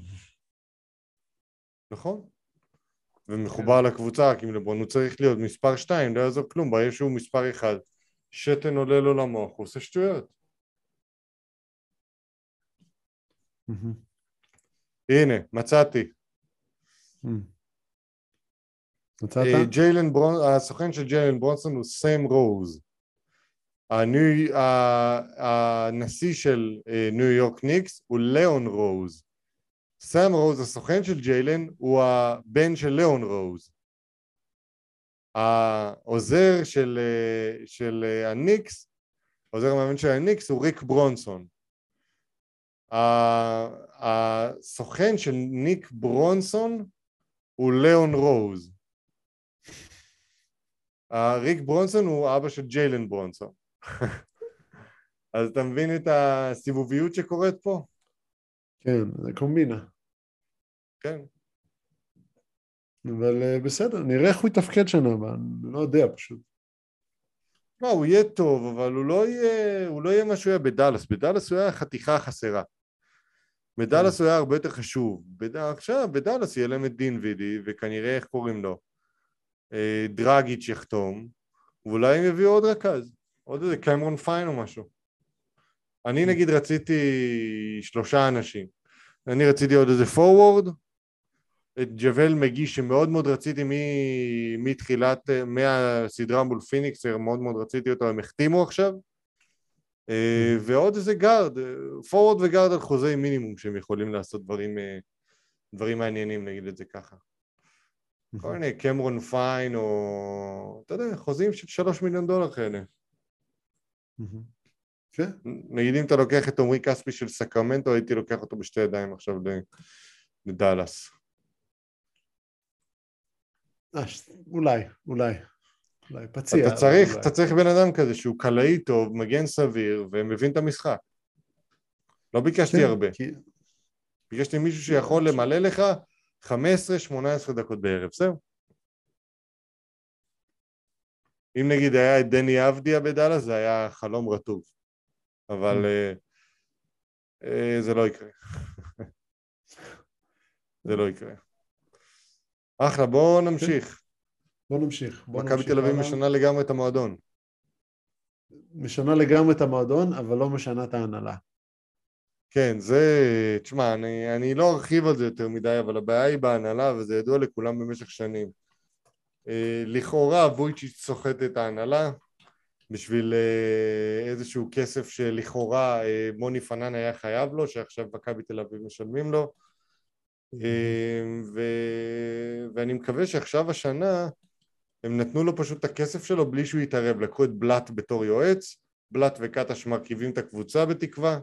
נכון. ומחובר לקבוצה רק עם לברון, הוא צריך להיות מספר 2, לא יעזור כלום, ברגע שהוא מספר 1, שתן עולה לו למוח, הוא עושה שטויות. הנה, מצאתי. מצאת? הסוכן של ג'יילן ברונסון הוא סם רוז. הנשיא של ניו יורק ניקס הוא ליאון רוז. סם רוז, הסוכן של ג'יילן, הוא הבן של ליאון רוז. העוזר של הניקס, העוזר המאמן של הניקס הוא ריק ברונסון. הסוכן של ניק ברונסון הוא ליאון רוז. ריק ברונסון הוא אבא של ג'יילן ברונסון. אז אתה מבין את הסיבוביות שקורית פה? כן, זה קומבינה. כן. אבל בסדר, נראה איך הוא יתפקד שנה הבאה, אני לא יודע פשוט. לא, הוא יהיה טוב, אבל הוא לא יהיה מה שהוא היה בדלס. בדלס הוא היה חתיכה חסרה. בדלס הוא היה הרבה יותר חשוב. עכשיו, בדלס יהיה להם את דין וידי, וכנראה איך קוראים לו? דרגיץ' יחתום, ואולי הם יביאו עוד רכז. עוד איזה קמרון פיין או משהו. אני נגיד רציתי 3 אנשים. אני רציתי עוד איזה פורוורד, את ג'בל מגי שמאוד מאוד רציתי מתחילת, מהסדרה מול פיניקס, מאוד מאוד רציתי אותו, הם החתימו עכשיו, ועוד איזה גארד, פורוורד וגארד על חוזי מינימום שהם יכולים לעשות דברים מעניינים, נגיד את זה ככה. כל מיני קמרון פיין או, אתה יודע, חוזים של $3 מיליון כאלה. כן. נגיד אם אתה לוקח את עומרי כספי של סקרמנטו, הייתי לוקח אותו בשתי ידיים עכשיו לדלס. אולי פציע. אתה צריך בן אדם כזה שהוא קלעי טוב, מגן סביר, ומבין את המשחק. לא ביקשתי הרבה. ביקשתי מישהו שיכול למלא לך 15-18 דקות בערב, זהו. אם נגיד היה את דני אבדיה בדלס, זה היה חלום רטוב. אבל זה לא יקרה. זה לא יקרה. אחלה, בואו נמשיך. מכבי תל אביב משנה לגמרי את המועדון. משנה לגמרי את המועדון, אבל לא משנה את ההנהלה. כן, תשמע, אני לא ארחיב על זה יותר מדי, אבל הבעיה היא בהנהלה, וזה ידוע לכולם במשך שנים. לכאורה, וויצ'יץ' סוחט את ההנהלה, בשביל איזשהו כסף שלכאורה מוני פנן היה חייב לו, שעכשיו מכבי תל אביב משלמים לו, ואני מקווה שעכשיו השנה הם נתנו לו פשוט את הכסף שלו בלי שהוא יתערב, לקחו את בלט בתור יועץ, בלט וקטש מרכיבים את הקבוצה בתקווה,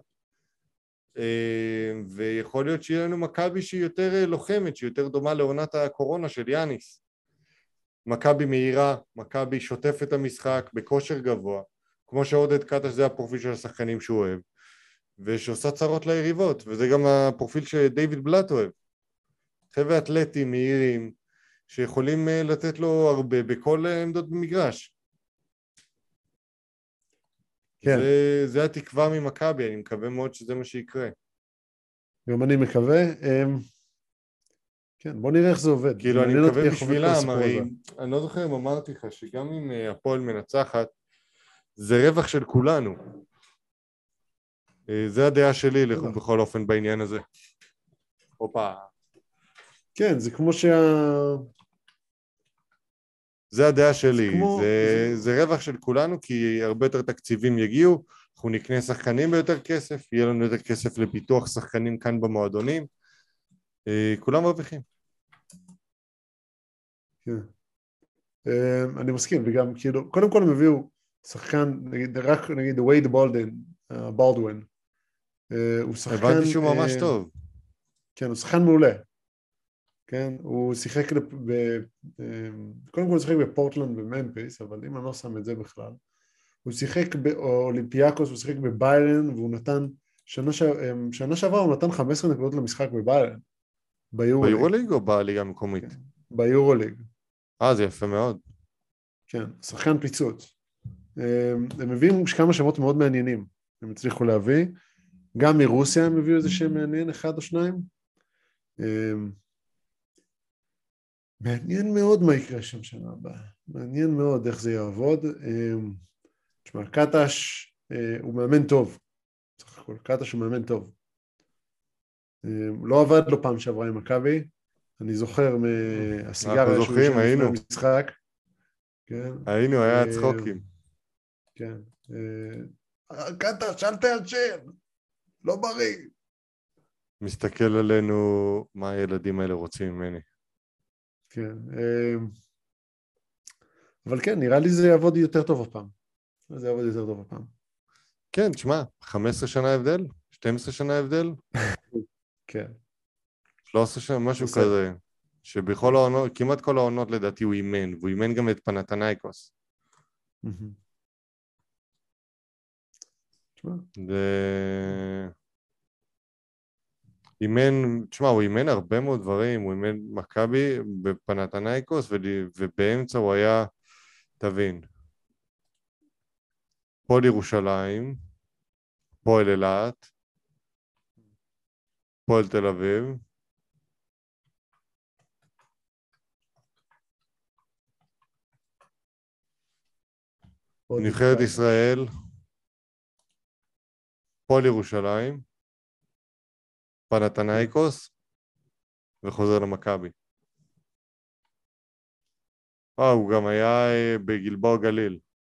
ויכול להיות שיהיה לנו מכבי שהיא יותר לוחמת, שהיא יותר דומה לעונת הקורונה של יאניס. מכבי מהירה, מכבי שוטף את המשחק בכושר גבוה, כמו שעודד קטש זה הפרופיל של השחקנים שהוא אוהב, ושעושה צרות ליריבות, וזה גם הפרופיל שדייוויד בלט אוהב. חבר'ה אתלטים מהירים, שיכולים לתת לו הרבה בכל עמדות במגרש. כן. זה התקווה ממכבי, אני מקווה מאוד שזה מה שיקרה. גם אני מקווה. כן, בוא נראה איך זה עובד. כאילו אני מקווה בשבילם, הרי אני לא זוכר אם אמרתי לך שגם אם הפועל מנצחת, זה רווח של כולנו. זה הדעה שלי בכל אופן בעניין הזה. הופה. כן, זה כמו זה הדעה שלי, זה רווח של כולנו, כי הרבה יותר תקציבים יגיעו, אנחנו נקנה שחקנים ביותר כסף, יהיה לנו יותר כסף לפיתוח שחקנים כאן במועדונים, כולם מרוויחים. כן. אני מסכים, וגם כאילו, קודם כל הם הביאו שחקן, נגיד וייד בולדווין, הוא שחקן... הבנתי שהוא ממש טוב. כן, הוא שחקן מעולה. כן, הוא שיחק, קודם כל הוא שיחק בפורטלנד וממפיס, אבל אם אני לא שם את זה בכלל, הוא שיחק באולימפיאקוס, הוא שיחק בביירן, והוא נתן, שנה שעברה הוא נתן 15 נקודות למשחק בביירן, ביורוליג. ביורוליג או בליגה המקומית? כן, ביורוליג. זה יפה מאוד. כן, שחקן פיצוץ. הם מביאים כמה שמות מאוד מעניינים, הם הצליחו להביא, גם מרוסיה הם הביאו איזה שם מעניין, אחד או שניים. מעניין מאוד מה יקרה שם שנה הבאה, מעניין מאוד איך זה יעבוד. תשמע, קטש הוא מאמן טוב, סך הכל, קטש הוא מאמן טוב. לא עבד לו פעם שעברה עם מכבי, אני זוכר מהסיגריה שהוא ישן לפני המשחק. היינו, היה צחוקים. כן. קטש, אל תעשן, לא בריא. מסתכל עלינו מה הילדים האלה רוצים ממני. כן. אבל כן, נראה לי זה יעבוד יותר טוב הפעם. זה יעבוד יותר טוב הפעם. כן, תשמע, 15 שנה הבדל? 12 שנה הבדל? כן. 13 שנה, משהו כזה. שבכל העונות, כמעט כל העונות לדעתי הוא אימן, והוא אימן גם את פנתנייקוס. אימן, תשמע, הוא אימן הרבה מאוד דברים, הוא אימן מכבי בפנתנייקוס, ובאמצע הוא היה, תבין, פועל ירושלים, פועל אילת, פועל תל אביב, נבחרת ישראל, פועל ירושלים, פנתנייקוס, וחוזר למכבי. הוא גם היה בגלבוע גליל.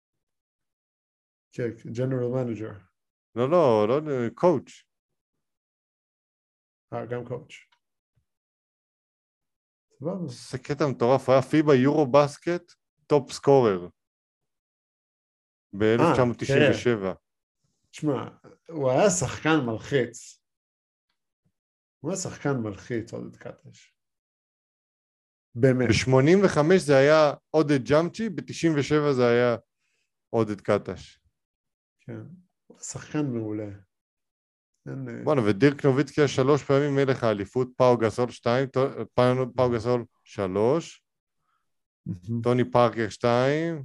כן, ג'נרל מנג'ר. לא, קואוץ'. גם קואוץ'. זה קטע מטורף, הוא היה פיבה יורו בסקט, טופ סקורר. ב-1997. תשמע, הוא היה שחקן מלחיץ. הוא היה שחקן מלחיץ, עודד קטש. באמת. ב-85 זה היה עודד ג'אמצ'י, ב-97 זה היה עודד קטש. כן, הוא היה שחקן מעולה. בוא'נה, ודירק נוביצקי היה 3 פעמים מלך האליפות, פאו גסול 2, פאו גסול 3, טוני פארקר 2,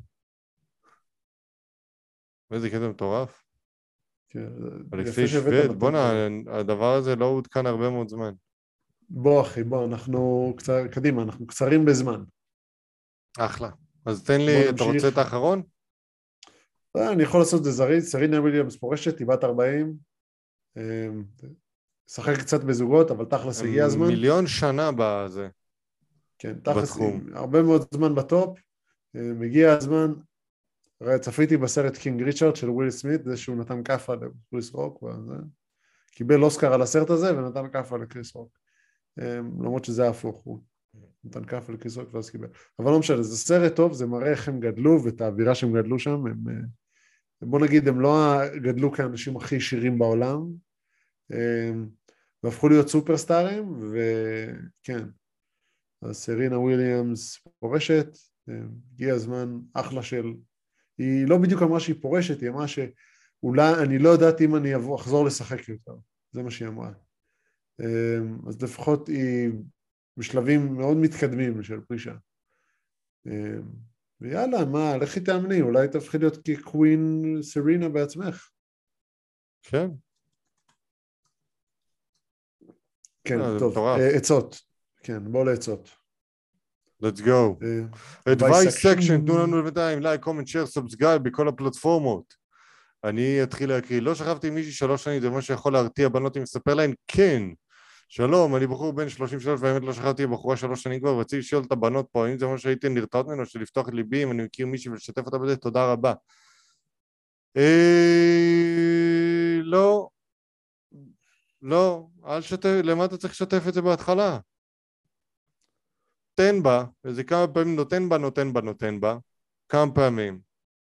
ואיזה קטע מטורף. אלכסי שוויד, בוא'נה, הדבר הזה לא עודכן הרבה מאוד זמן. בוא אחי, אנחנו קדימה, אנחנו קצרים בזמן. אחלה. אז תן לי, אתה רוצה את האחרון? אני יכול לעשות את זה זריז, סרינה וויליאמס פורשת, היא בת 40, שחק קצת בזוגות, אבל תכלס הגיע הזמן. 1,000,000 שנה בזה. כן, תכלס, הרבה מאוד זמן בטופ, מגיע הזמן, צפיתי בסרט קינג ריצ'רד של וויל סמית, זה שהוא נתן כפה לקריס רוק, קיבל אוסקר על הסרט הזה ונתן כפה לקריס רוק. למרות שזה הפוך, הוא נתן כפה לקריס רוק ואז קיבל. אבל לא משנה, זה סרט טוב, זה מראה איך הם גדלו ואת האווירה שהם גדלו שם. בוא נגיד, הם לא גדלו כאנשים הכי שירים בעולם, והפכו להיות סופרסטארים, וכן, אז סרינה וויליאמס פורשת, הגיע הזמן, אחלה של... היא לא בדיוק אמרה שהיא פורשת, היא אמרה שאולי אני לא יודעת אם אני אחזור לשחק יותר, זה מה שהיא אמרה. אז לפחות היא בשלבים מאוד מתקדמים של פרישה. ויאללה, מה, לכי תאמני, אולי תפחי להיות כקווין סרינה בעצמך. כן. כן, טוב, עצות. כן, בוא לעצות. Let's go. Advice section, תנו לנו לבינתיים, לייק, קומנט, שייר, סאבסקרייב בכל הפלטפורמות. אני אתחיל להקריא. לא שכבתי עם מישהי 3 שנים, זה מה שיכול להרתיע בנות אם לספר להן, כן. שלום, אני בחור בן 33, והאמת לא שכבתי עם בחורה 3 שנים כבר, ורציתי לשאול את הבנות פה, האם זה מה שהייתי נרתעות ממנו, שלפתוח את ליבי, אם אני מכיר מישהי ולשתף אותה בזה, תודה רבה. לא, אל שתף, למה אתה צריך לשתף את זה בהתחלה? נותן בה, וזה כמה פעמים נותן בה, כמה פעמים.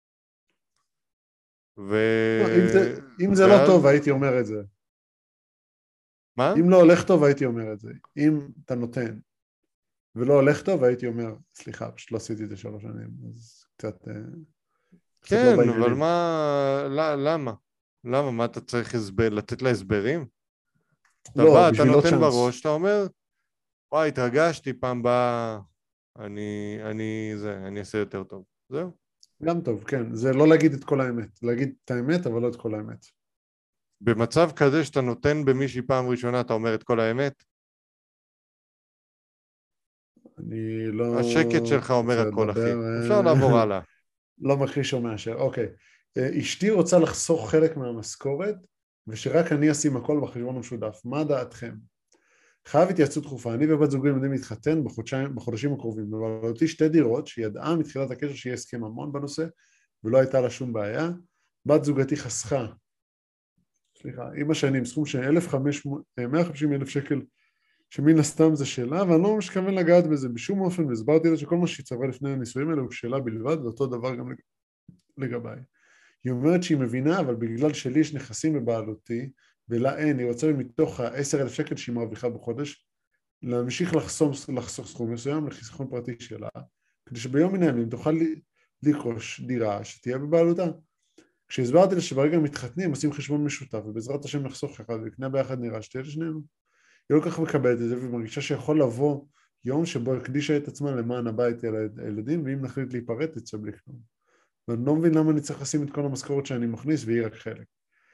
אם זה לא טוב, הייתי אומר את זה. מה? אם לא הולך טוב, הייתי אומר את זה. אם אתה נותן, ולא הולך טוב, הייתי אומר, סליחה, פשוט לא עשיתי את זה 3 שנים, אז קצת... כן, אבל למה? למה? מה אתה צריך לתת לה הסברים? אתה בא, אתה נותן בראש, אתה אומר, וואי, התרגשתי פעם באה, אני אעשה יותר טוב. זהו. גם טוב, כן. זה לא להגיד את כל האמת. להגיד את האמת, אבל לא את כל האמת. במצב כזה שאתה נותן במישהי פעם ראשונה, אתה אומר את כל האמת? אני לא השקט שלך אומר רוצה הכל, אחי. לדבר. אפשר לעבור הלאה. לא מכחיש או מאשר. אוקיי. אשתי רוצה לחסוך חלק מהמשכורת, ושרק אני אשים הכל בחשבון המשותף. מה דעתכם? חייב התייעצות דחופה. אני ובת זוגי עומדים להתחתן בחודשים הקרובים, אבל אותי שתי דירות שידעה מתחילת הקשר שיהיה הסכם ממון בנושא, ולא הייתה לה שום בעיה. בת זוגתי חסכה, עם השנים, סכום של 150,000 שקל, שמן הסתם זה שאלה, ואני לא מתכוון לגעת בזה בשום אופן, והסברתי לה שכל מה שהיא צברה לפני הנישואים האלה הוא שאלה בלבד, ואותו דבר גם לגביי. היא אומרת שהיא מבינה, אבל בגלל שלי יש נכסים בבעלותי, ולה אין, היא רוצה מתוך ה-10,000 שקל שהיא מרוויחה בחודש, להמשיך לחסוך סכום מסוים לחיסכון פרטי שלה, כדי שביום מן הימים תוכל לרכוש דירה שתהיה בבעלותה. כשהסברתי לה שברגע מתחתנים עושים חשבון משותף, ובעזרת השם נחסוך אחד וקנה ביחד נראה שתהיה לשנינו. היא לא כך מקבלת את זה, ומרגישה שיכול לבוא יום שבו הקדישה את עצמה למען הבית הילדים, ואם נחליט להיפרד תצא בלי כלום. ואני לא מבין למה אני צריך לשים את כל המשכורת שאני מכניס, והיא רק חלק.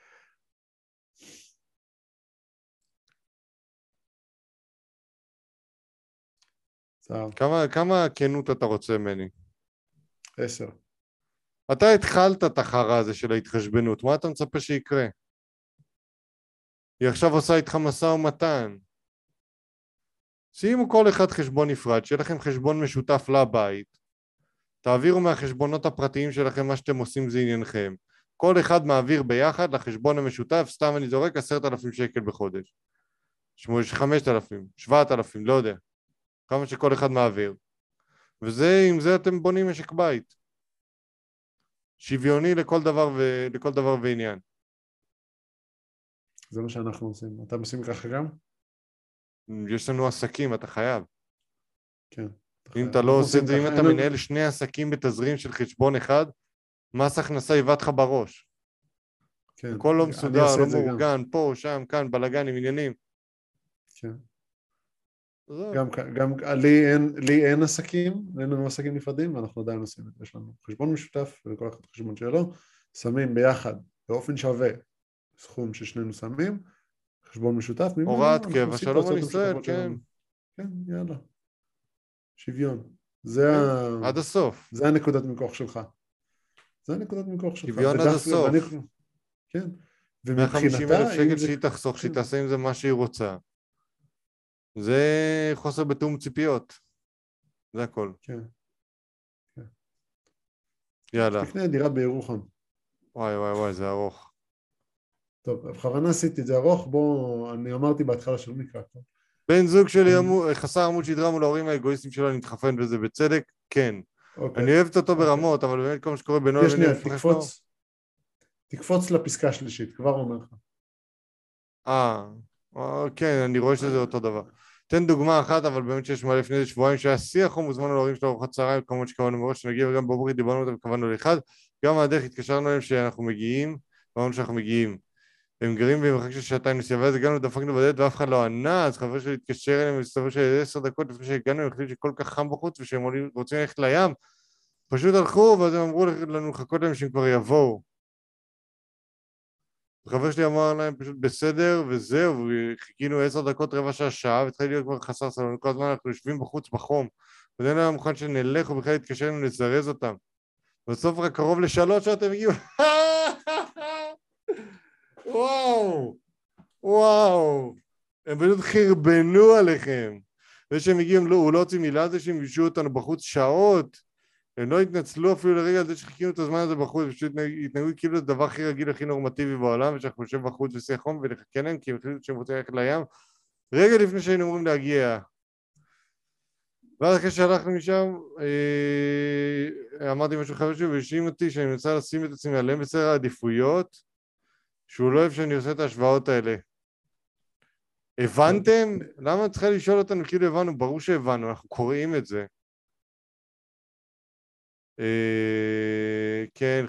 כמה כנות אתה רוצה ממני? 10. אתה התחלת את החרא הזה של ההתחשבנות, מה אתה מצפה שיקרה? היא עכשיו עושה איתך משא ומתן. שימו כל אחד חשבון נפרד, שיהיה לכם חשבון משותף לבית. תעבירו מהחשבונות הפרטיים שלכם, מה שאתם עושים זה עניינכם. כל אחד מעביר ביחד לחשבון המשותף, סתם אני זורק 10,000 שקל בחודש. 5,000, 7,000, לא יודע. כמה שכל אחד מעביר. עם זה אתם בונים משק בית. שוויוני לכל דבר ועניין. זה מה שאנחנו עושים. אתה עושים ככה גם? יש לנו עסקים, אתה חייב. כן. אם אתה לא עושה את זה, אם אתה מנהל שני עסקים בתזרים של חשבון אחד, מס הכנסה יבט לך בראש. כן. הכל לא מסודר, לא מאורגן, פה, שם, כאן, בלגן עם עניינים. כן. גם לי אין עסקים, אין לנו עסקים נפרדים, ואנחנו עדיין עושים את זה. יש לנו חשבון משותף, וכל אחד חשבון שלו, שמים ביחד, באופן שווה, סכום ששנינו שמים, חשבון משותף, הוראת קבע, שלום על ישראל, כן. כן, יאללה. שוויון. עד הסוף. זה הנקודת מכוח שלך. זה הנקודת מכוח שלך. שוויון עד הסוף. כן. 150,000 שקל שהיא תחסוך, שהיא תעשה עם זה מה שהיא רוצה. זה חוסר בתאום ציפיות. זה הכל. כן. יאללה. תקנה דירה בירוחם. וואי, זה ארוך. טוב, בכוונה עשיתי את זה ארוך, אני אמרתי בהתחלה שלא נקרא טוב. בן זוג שלי חסר עמוד שדרה מול ההורים האגואיסטים שלו, אני מתחפן בזה בצדק, כן. אני אוהבת אותו ברמות, אבל באמת כל מה שקורה בינו לבין תקפוץ לפסקה שלישית, כבר אומר לך. כן, אני רואה שזה אותו דבר. תן דוגמה אחת, אבל באמת שיש מה לפני שבועיים שהיה שיח, הוא מוזמן להורים שלו ארוחת צהריים, כמובן שקבענו מראש שנגיע, וגם בבוקר דיברנו אותם וקבענו לאחד, גם מהדרך התקשרנו להם שאנחנו מגיעים, ואמרנו שאנחנו מגיעים. הם גרים במרחק של שעתיים נסיעה, ואז הגענו, דפקנו בדלת ואף אחד לא ענה, אז חבר שלי התקשר אליהם והסתבר של 10 דקות לפני שהגענו, הם החליטו שכל כך חם בחוץ ושהם רוצים ללכת לים, פשוט הלכו, ואז הם אמרו לנו לחכות להם שהם כבר יבואו. חבר שלי אמר להם פשוט בסדר וזהו, וחיכינו 10 דקות, רבע שעה, והתחיל להיות כבר חסר סבלנות, כל הזמן אנחנו יושבים בחוץ בחום, וזה לא היה מוכן שנלך ובכלל התקשר לנו לזרז אותם. בסוף רק קרוב ל3 שעות הם הגיעו. וואו, הם פשוט חרבנו עליכם. זה שהם הגיעו, הוא לא הוציא מילה על זה שהם ישו אותנו בחוץ שעות, הם לא התנצלו אפילו לרגע על זה שחיכינו את הזמן הזה בחוץ, ופשוט התנהגו כאילו זה דבר הכי רגיל, הכי נורמטיבי בעולם, ושאנחנו יושב בחוץ ושיח חום ולחכה להם, כי הם החליטו שהם רוצים ללכת לים, רגע לפני שהיינו אמורים להגיע. ואז אחרי שהלכנו משם, אמרתי משהו חבר שלי, והשאים אותי שאני מנסה לשים את עצמי עליהם בסדר העדיפויות, שהוא לא אוהב שאני עושה את ההשוואות האלה. הבנתם? למה צריכה לשאול אותנו כאילו הבנו? ברור שהבנו, אנחנו קוראים את זה. כן,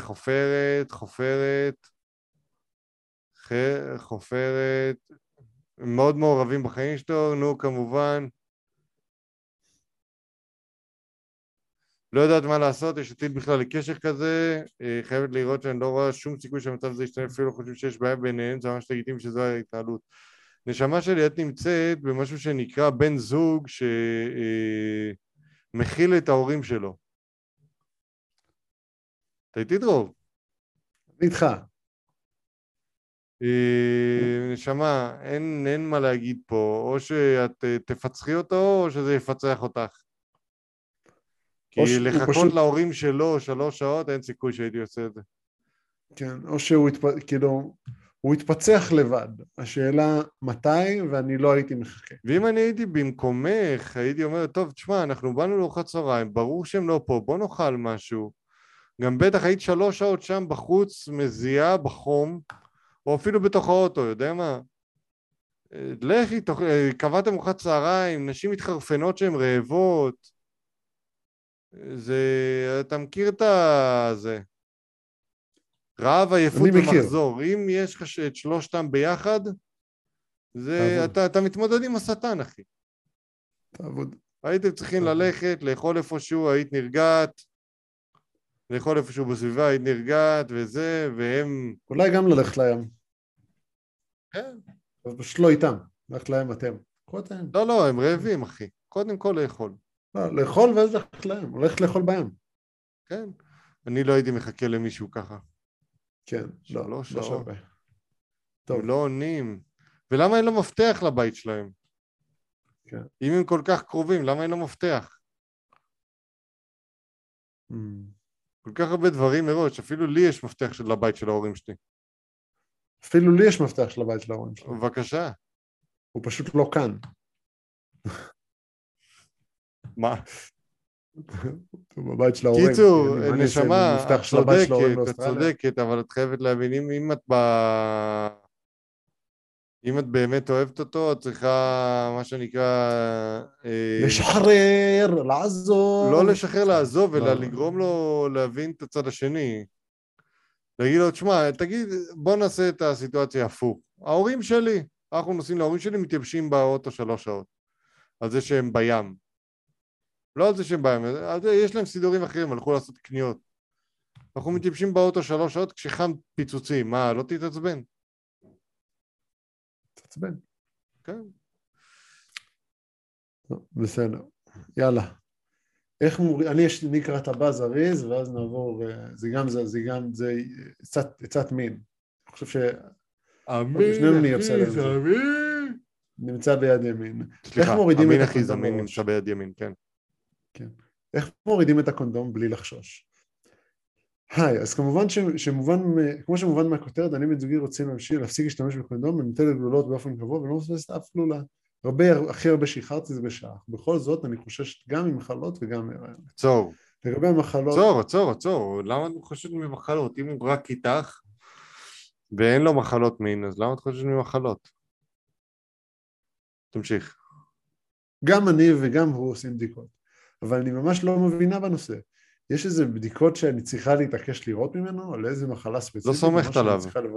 חופרת, מאוד מעורבים בחיים שלו, נו כמובן. לא יודעת מה לעשות, יש עתיד בכלל לקשר כזה, חייבת לראות שאני לא רואה שום סיכוי שהמצב הזה ישתנה, אפילו חושבים שיש בעיה ביניהם, זה ממש לגיטימי שזו ההתנהלות. נשמה שלי, את נמצאת במשהו שנקרא בן זוג שמכיל את ההורים שלו. אתה איתי דרור? אני איתך. נשמה, אין מה להגיד פה, או שאת תפצחי אותו, או שזה יפצח אותך. כי לחכות פשוט... להורים שלו 3 שעות, אין סיכוי שהייתי עושה את זה. כן, או שהוא כאילו, הוא התפצח לבד. השאלה מתי, ואני לא הייתי מחכה. ואם אני הייתי במקומך, הייתי אומר, טוב, תשמע, אנחנו באנו לארוחת צהריים, ברור שהם לא פה, בוא נאכל משהו. גם בטח היית 3 שעות שם בחוץ, מזיעה בחום, או אפילו בתוך האוטו, יודע מה? לכי, קבעתם ארוחת צהריים, נשים מתחרפנות שהן רעבות. אתה מכיר את זה. רעב, עייפות ומחזור. אם יש לך את שלושתם ביחד, אתה מתמודד עם השטן, אחי. תעבוד. הייתם צריכים ללכת, לאכול איפשהו, היית נרגעת, לאכול איפשהו בסביבה, היית נרגעת וזה, והם... אולי גם ללכת לים. כן. אז פשוט לא איתם, ללכת לים אתם. לא, הם רעבים, אחי. קודם כל לאכול. לא, לאכול ואז ללכת לים, הולכת לאכול בים. כן. אני לא הייתי מחכה למישהו ככה. כן, לא שווה. הם לא עונים. ולמה אין לו מפתח לבית שלהם? כן. אם הם כל כך קרובים, למה אין לו מפתח? כל כך הרבה דברים מראש, אפילו לי יש מפתח של הבית של ההורים שלי. אפילו לי יש מפתח של הבית של ההורים שלי. בבקשה. הוא פשוט לא כאן. מה? בבית של ההורים. קיצור, נשמה, את צודקת, אבל את חייבת להבין, אם את באמת אוהבת אותו, את צריכה, מה שנקרא... לשחרר, לעזוב. לא לשחרר, לעזוב, אלא לגרום לו להבין את הצד השני. להגיד לו, תשמע, תגיד, בוא נעשה את הסיטואציה הפוך. ההורים שלי, אנחנו נוסעים להורים שלי, מתייבשים באוטו 3 שעות. על זה שהם בים. לא על זה שהם בים, יש להם סידורים אחרים, הלכו לעשות קניות. אנחנו מתייבשים באוטו 3 שעות כשחם פיצוצים. מה, לא תתעצבן? תתעצבן. כן. בסדר. יאללה. אני אקרא את הבא זריז, ואז נעבור, זה גם עצת מין. אני חושב אמין הכי זמין. נמצא ביד ימין. סליחה, אמין הכי זמין נמצא ביד ימין, כן. כן. איך מורידים את הקונדום בלי לחשוש? היי, אז כמובן כמו שמובן מהכותרת, אני בן זוגי רוצים להפסיק להשתמש בקונדום, אני נוטה לגלולות באופן קבוע, ולא מפספסת אף גלולה. הכי הרבה שחררתי זה בשעה. בכל זאת, אני חוששת גם ממחלות וגם מהיריון. עצור. לגבי המחלות... עצור. למה את חוששת ממחלות? אם הוא רק איתך ואין לו מחלות מין, אז למה את חוששת ממחלות? תמשיך. גם אני וגם הוא עושים בדיקות. אבל אני ממש לא מבינה בנושא. יש איזה בדיקות שאני צריכה להתעקש לראות ממנו, על איזה מחלה ספציפית? לא סומכת עליו. אני צריכה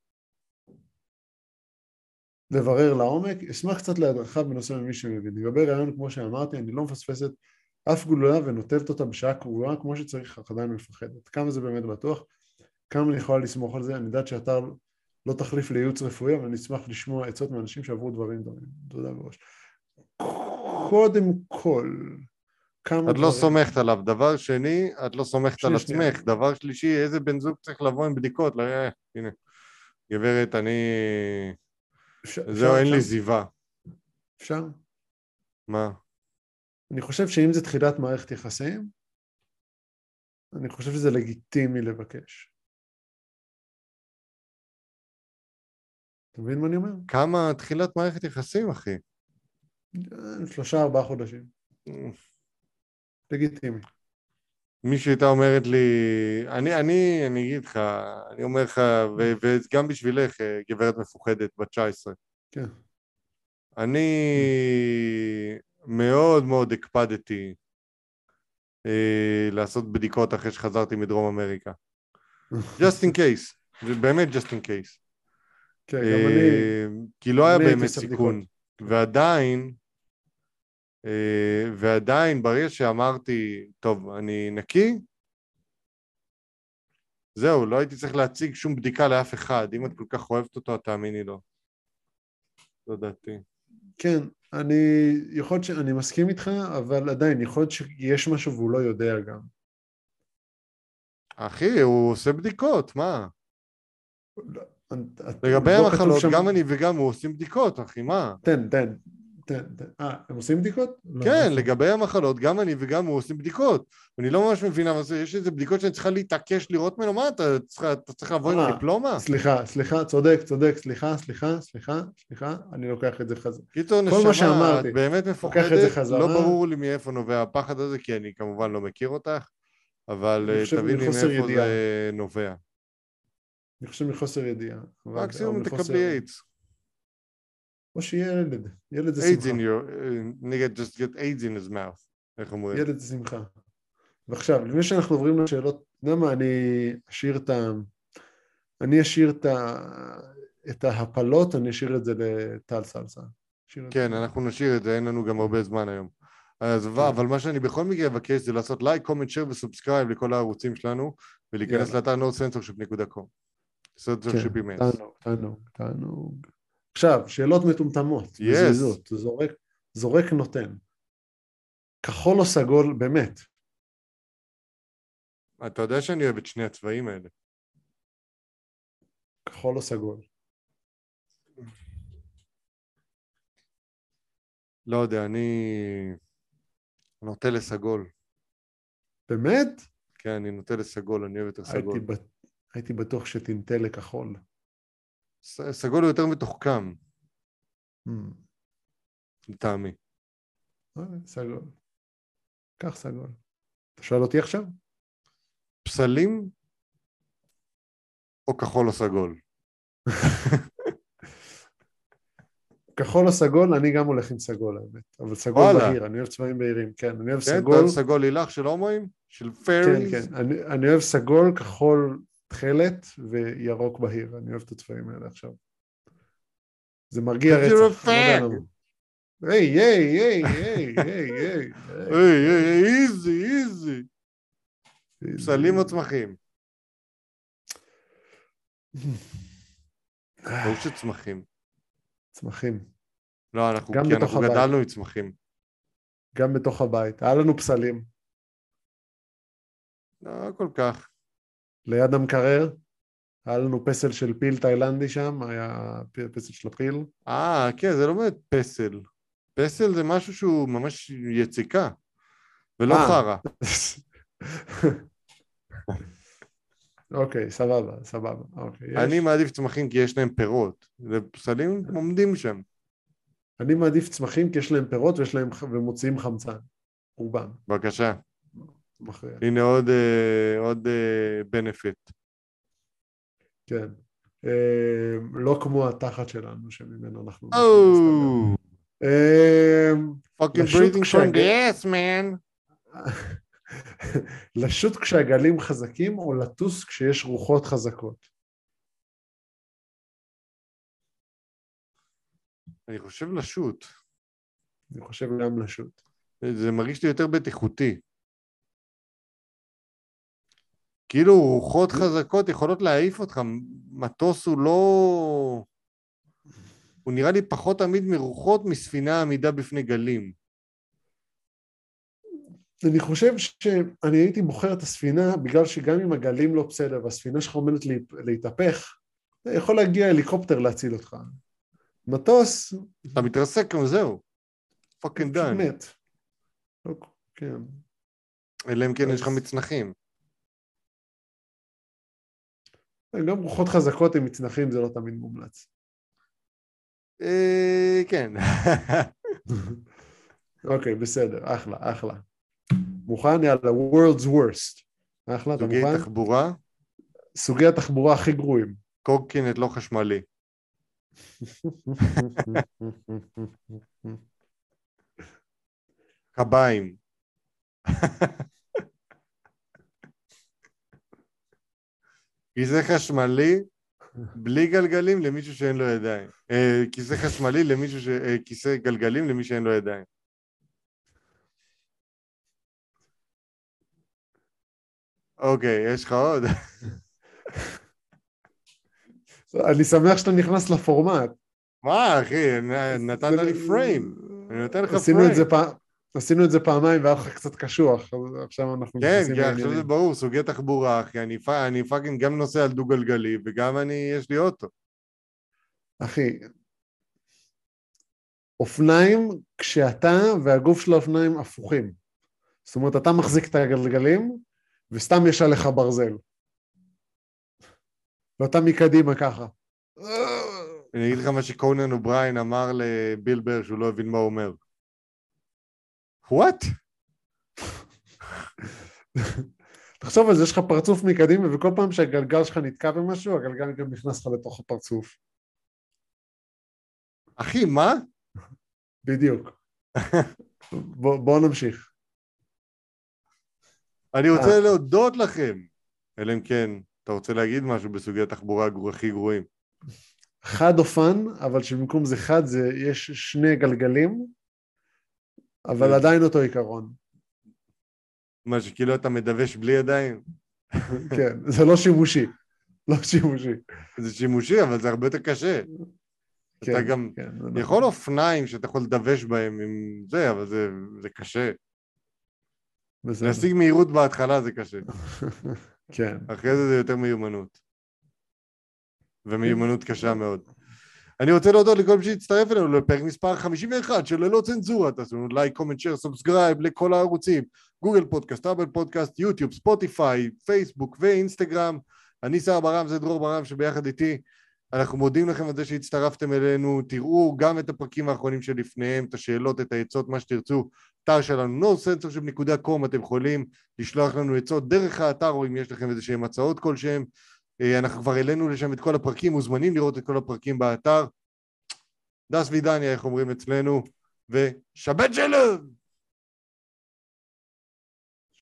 לברר לעומק. אשמח קצת להדרכה בנושא ממי שמבין. לגבי רעיון, כמו שאמרתי, אני לא מפספסת אף גלולה ונוטלת אותה בשעה קרובה, כמו שצריך, אך עדיין מפחדת. כמה זה באמת בטוח? כמה אני יכולה לסמוך על זה? אני יודעת שאתה לא תחליף לייעוץ רפואי, אבל אני אשמח לשמוע עצות מאנשים שעברו דברים דומים. תודה בראש. קודם כל, את לא סומכת עליו. דבר שני, את לא סומכת על עצמך. דבר שלישי, איזה בן זוג צריך לבוא עם בדיקות? הנה, גברת, זהו, אין לי זיווה. אפשר? מה? אני חושב שאם זה תחילת מערכת יחסים, אני חושב שזה לגיטימי לבקש. אתה מבין מה אני אומר? כמה תחילת מערכת יחסים, אחי? 3-4 חודשים. לגיטימי. מישהו הייתה אומרת לי, אני אגיד לך, אני אומר לך, וגם בשבילך, גברת מפוחדת, בת 19. כן. אני מאוד מאוד הקפדתי לעשות בדיקות אחרי שחזרתי מדרום אמריקה. Just in case, זה באמת just in case. כן, גם אני... כי לא היה באמת סיכון, ועדיין ועדיין ברגע שאמרתי, טוב, אני נקי, זהו, לא הייתי צריך להציג שום בדיקה לאף אחד. אם את כל כך אוהבת אותו, תאמיני לו. לא דעתי. כן, יכול להיות שאני מסכים איתך, אבל עדיין, יכול להיות שיש משהו והוא לא יודע גם. אחי, הוא עושה בדיקות, מה? לגבי לא כתוב המחלות, שם... גם אני וגם הוא עושים בדיקות, אחי, מה? תן. הם עושים בדיקות? לא, כן, איפה? לגבי המחלות, גם אני וגם הוא עושים בדיקות. אני לא ממש מבינה מה זה, יש איזה בדיקות שאני צריכה להתעקש לראות ממנו, מה, אתה צריך לבוא עם דיפלומה? סליחה, צודק, סליחה, אני לוקח את זה חזרה. קיצור, כל מה נשמה, שאמרתי, את באמת לוקח את זה מפוחדת, לא חזרה. ברור לי מאיפה נובע הפחד הזה, כי אני כמובן לא מכיר אותך, אבל אני חושב תביני מחוסר מאיפה ידיעה. זה נובע. אני חושב מחוסר ידיעה. מקסימום תקבלי איידס. או שיהיה ילד זה AIDS שמחה. in your, nigga just get AIDS in his mouth. איך אומרים? ילד זה שמחה. ועכשיו, לפני שאנחנו עוברים לשאלות, אתה יודע מה, אני אשאיר את ההפלות, אני אשאיר את זה לטל סלסה. כן, אנחנו נשאיר את זה, אין לנו גם הרבה זמן היום. אז אבל מה שאני בכל מקרה אבקש זה לעשות לייק, קומנט, שייר וסובסקרייב לכל הערוצים שלנו, ולהיכנס לאתר nocensorship.com. censorship עם S. תענוג. עכשיו, שאלות מטומטמות, בזריזות, זורק נותן. כחול או סגול, באמת. אתה יודע שאני אוהב את שני הצבעים האלה. כחול או סגול. לא יודע, אני נוטה לסגול. באמת? כן, אני נוטה לסגול, אני אוהב את הסגול. הייתי בטוח שתנטה לכחול. סגול הוא יותר מתוחכם. לטעמי. סגול. כך סגול. אתה שואל אותי עכשיו? פסלים או כחול או סגול? כחול או סגול, אני גם הולך עם סגול, האמת. אבל סגול בהיר, אני אוהב צבעים בהירים. כן, אני אוהב סגול. כן, אתה אוהב סגול לילך של הומואים? של פריז? כן. אני אוהב סגול, כחול תכלת וירוק בהיר. אני אוהב את הצבעים האלה עכשיו. זה מרגיע רצח. היי, איזי. פסלים או צמחים? ברור שצמחים. צמחים. לא, כי אנחנו גדלנו עם צמחים. גם בתוך הבית. היה לנו פסלים. לא כל כך. ליד המקרר, היה לנו פסל של פיל תאילנדי שם, היה פסל של הפיל. כן, זה לא באמת פסל. פסל זה משהו שהוא ממש יציקה, ולא חרה. אוקיי, סבבה. אני מעדיף צמחים כי יש להם פירות, ופסלים עומדים שם. אני מעדיף צמחים כי יש להם פירות ומוציאים חמצן, רובם. בבקשה. הנה עוד benefit. כן. לא כמו התחת שלנו שממנו אנחנו... fucking breathing from the ass, man. לשוט כשהגלים חזקים או לטוס כשיש רוחות חזקות? אני חושב לשוט. אני חושב גם לשוט. זה מרגיש לי יותר בטיחותי. כאילו רוחות חזקות יכולות להעיף אותך, מטוס הוא לא... הוא נראה לי פחות עמיד מרוחות מספינה עמידה בפני גלים. אני חושב שאני הייתי בוחר את הספינה בגלל שגם אם הגלים לא בסדר והספינה שלך עומדת להתהפך, יכול להגיע הליקופטר להציל אותך. מטוס... אתה מתרסק כמו זהו. פאקינג דן. מת. כן. אלא אם כן יש לך מצנחים. גם רוחות חזקות עם מצנחים זה לא תמיד מומלץ. כן. אוקיי, בסדר, אחלה. מוכן? יאללה, world's worst. אחלה, אתה מוכן? סוגי תחבורה? סוגי התחבורה הכי גרועים. קורקינט לא חשמלי. קביים. כיסא חשמלי בלי גלגלים למישהו שאין לו ידיים. כיסא חשמלי כיסא גלגלים למי שאין לו ידיים. אוקיי, יש לך עוד? אני שמח שאתה נכנס לפורמט. מה, אחי? נתת לי פריים. אני נותן לך עשינו פריים. עשינו את זה פעמיים והיה לך קצת קשוח, אז עכשיו אנחנו כן, נכנסים כי עכשיו זה לעניינים. ברור, סוגי תחבורה, אחי, אני פאקינג גם נוסע על דו-גלגלי, וגם יש לי אוטו. אחי, אופניים כשאתה והגוף של האופניים הפוכים. זאת אומרת, אתה מחזיק את הגלגלים, וסתם יש עליך ברזל. ואתה מקדימה ככה. אני אגיד לך מה שקונן אובריין אמר לביל בר, שהוא לא הבין מה הוא אומר. What? תחשוב על זה, יש לך פרצוף מקדימה, וכל פעם שהגלגל שלך נתקע במשהו, הגלגל גם נכנס לך לתוך הפרצוף. אחי, מה? בדיוק. בואו נמשיך. אני רוצה להודות לכם. אלא אם כן, אתה רוצה להגיד משהו בסוגי התחבורה הכי גרועים. חד אופן, אבל שבמקום זה חד, יש שני גלגלים, אבל עדיין אותו עיקרון. מה שכאילו אתה מדווש בלי ידיים? כן, זה לא שימושי. לא שימושי. זה שימושי, אבל זה הרבה יותר קשה. כן, אתה גם כן, יכול אופניים שאתה יכול לדווש בהם עם זה, אבל זה קשה. להשיג מהירות בהתחלה זה קשה. כן. אחרי זה יותר מיומנות. ומיומנות קשה מאוד. אני רוצה להודות לכל מי שהצטרף אלינו לפרק מספר 51 של ללא צנזורה. תעשו לנו לייק, קומנט, שייר, סאבסקרייב לכל הערוצים. גוגל פודקאסט, אפל פודקאסט, יוטיוב, ספוטיפיי, פייסבוק ואינסטגרם. אני שר ברם, זה דרור ברם שביחד איתי. אנחנו מודים לכם על זה שהצטרפתם אלינו. תראו גם את הפרקים האחרונים שלפניהם, את השאלות, את העצות, מה שתרצו. אתר שלנו nocensorship.com, אתם יכולים לשלוח לנו עצות דרך האתר, או אם יש לכם איזשהם הצעות כלשהם. אנחנו כבר העלינו לשם את כל הפרקים, מוזמנים לראות את כל הפרקים באתר. דס וידניה, איך אומרים אצלנו, ושבת שלום!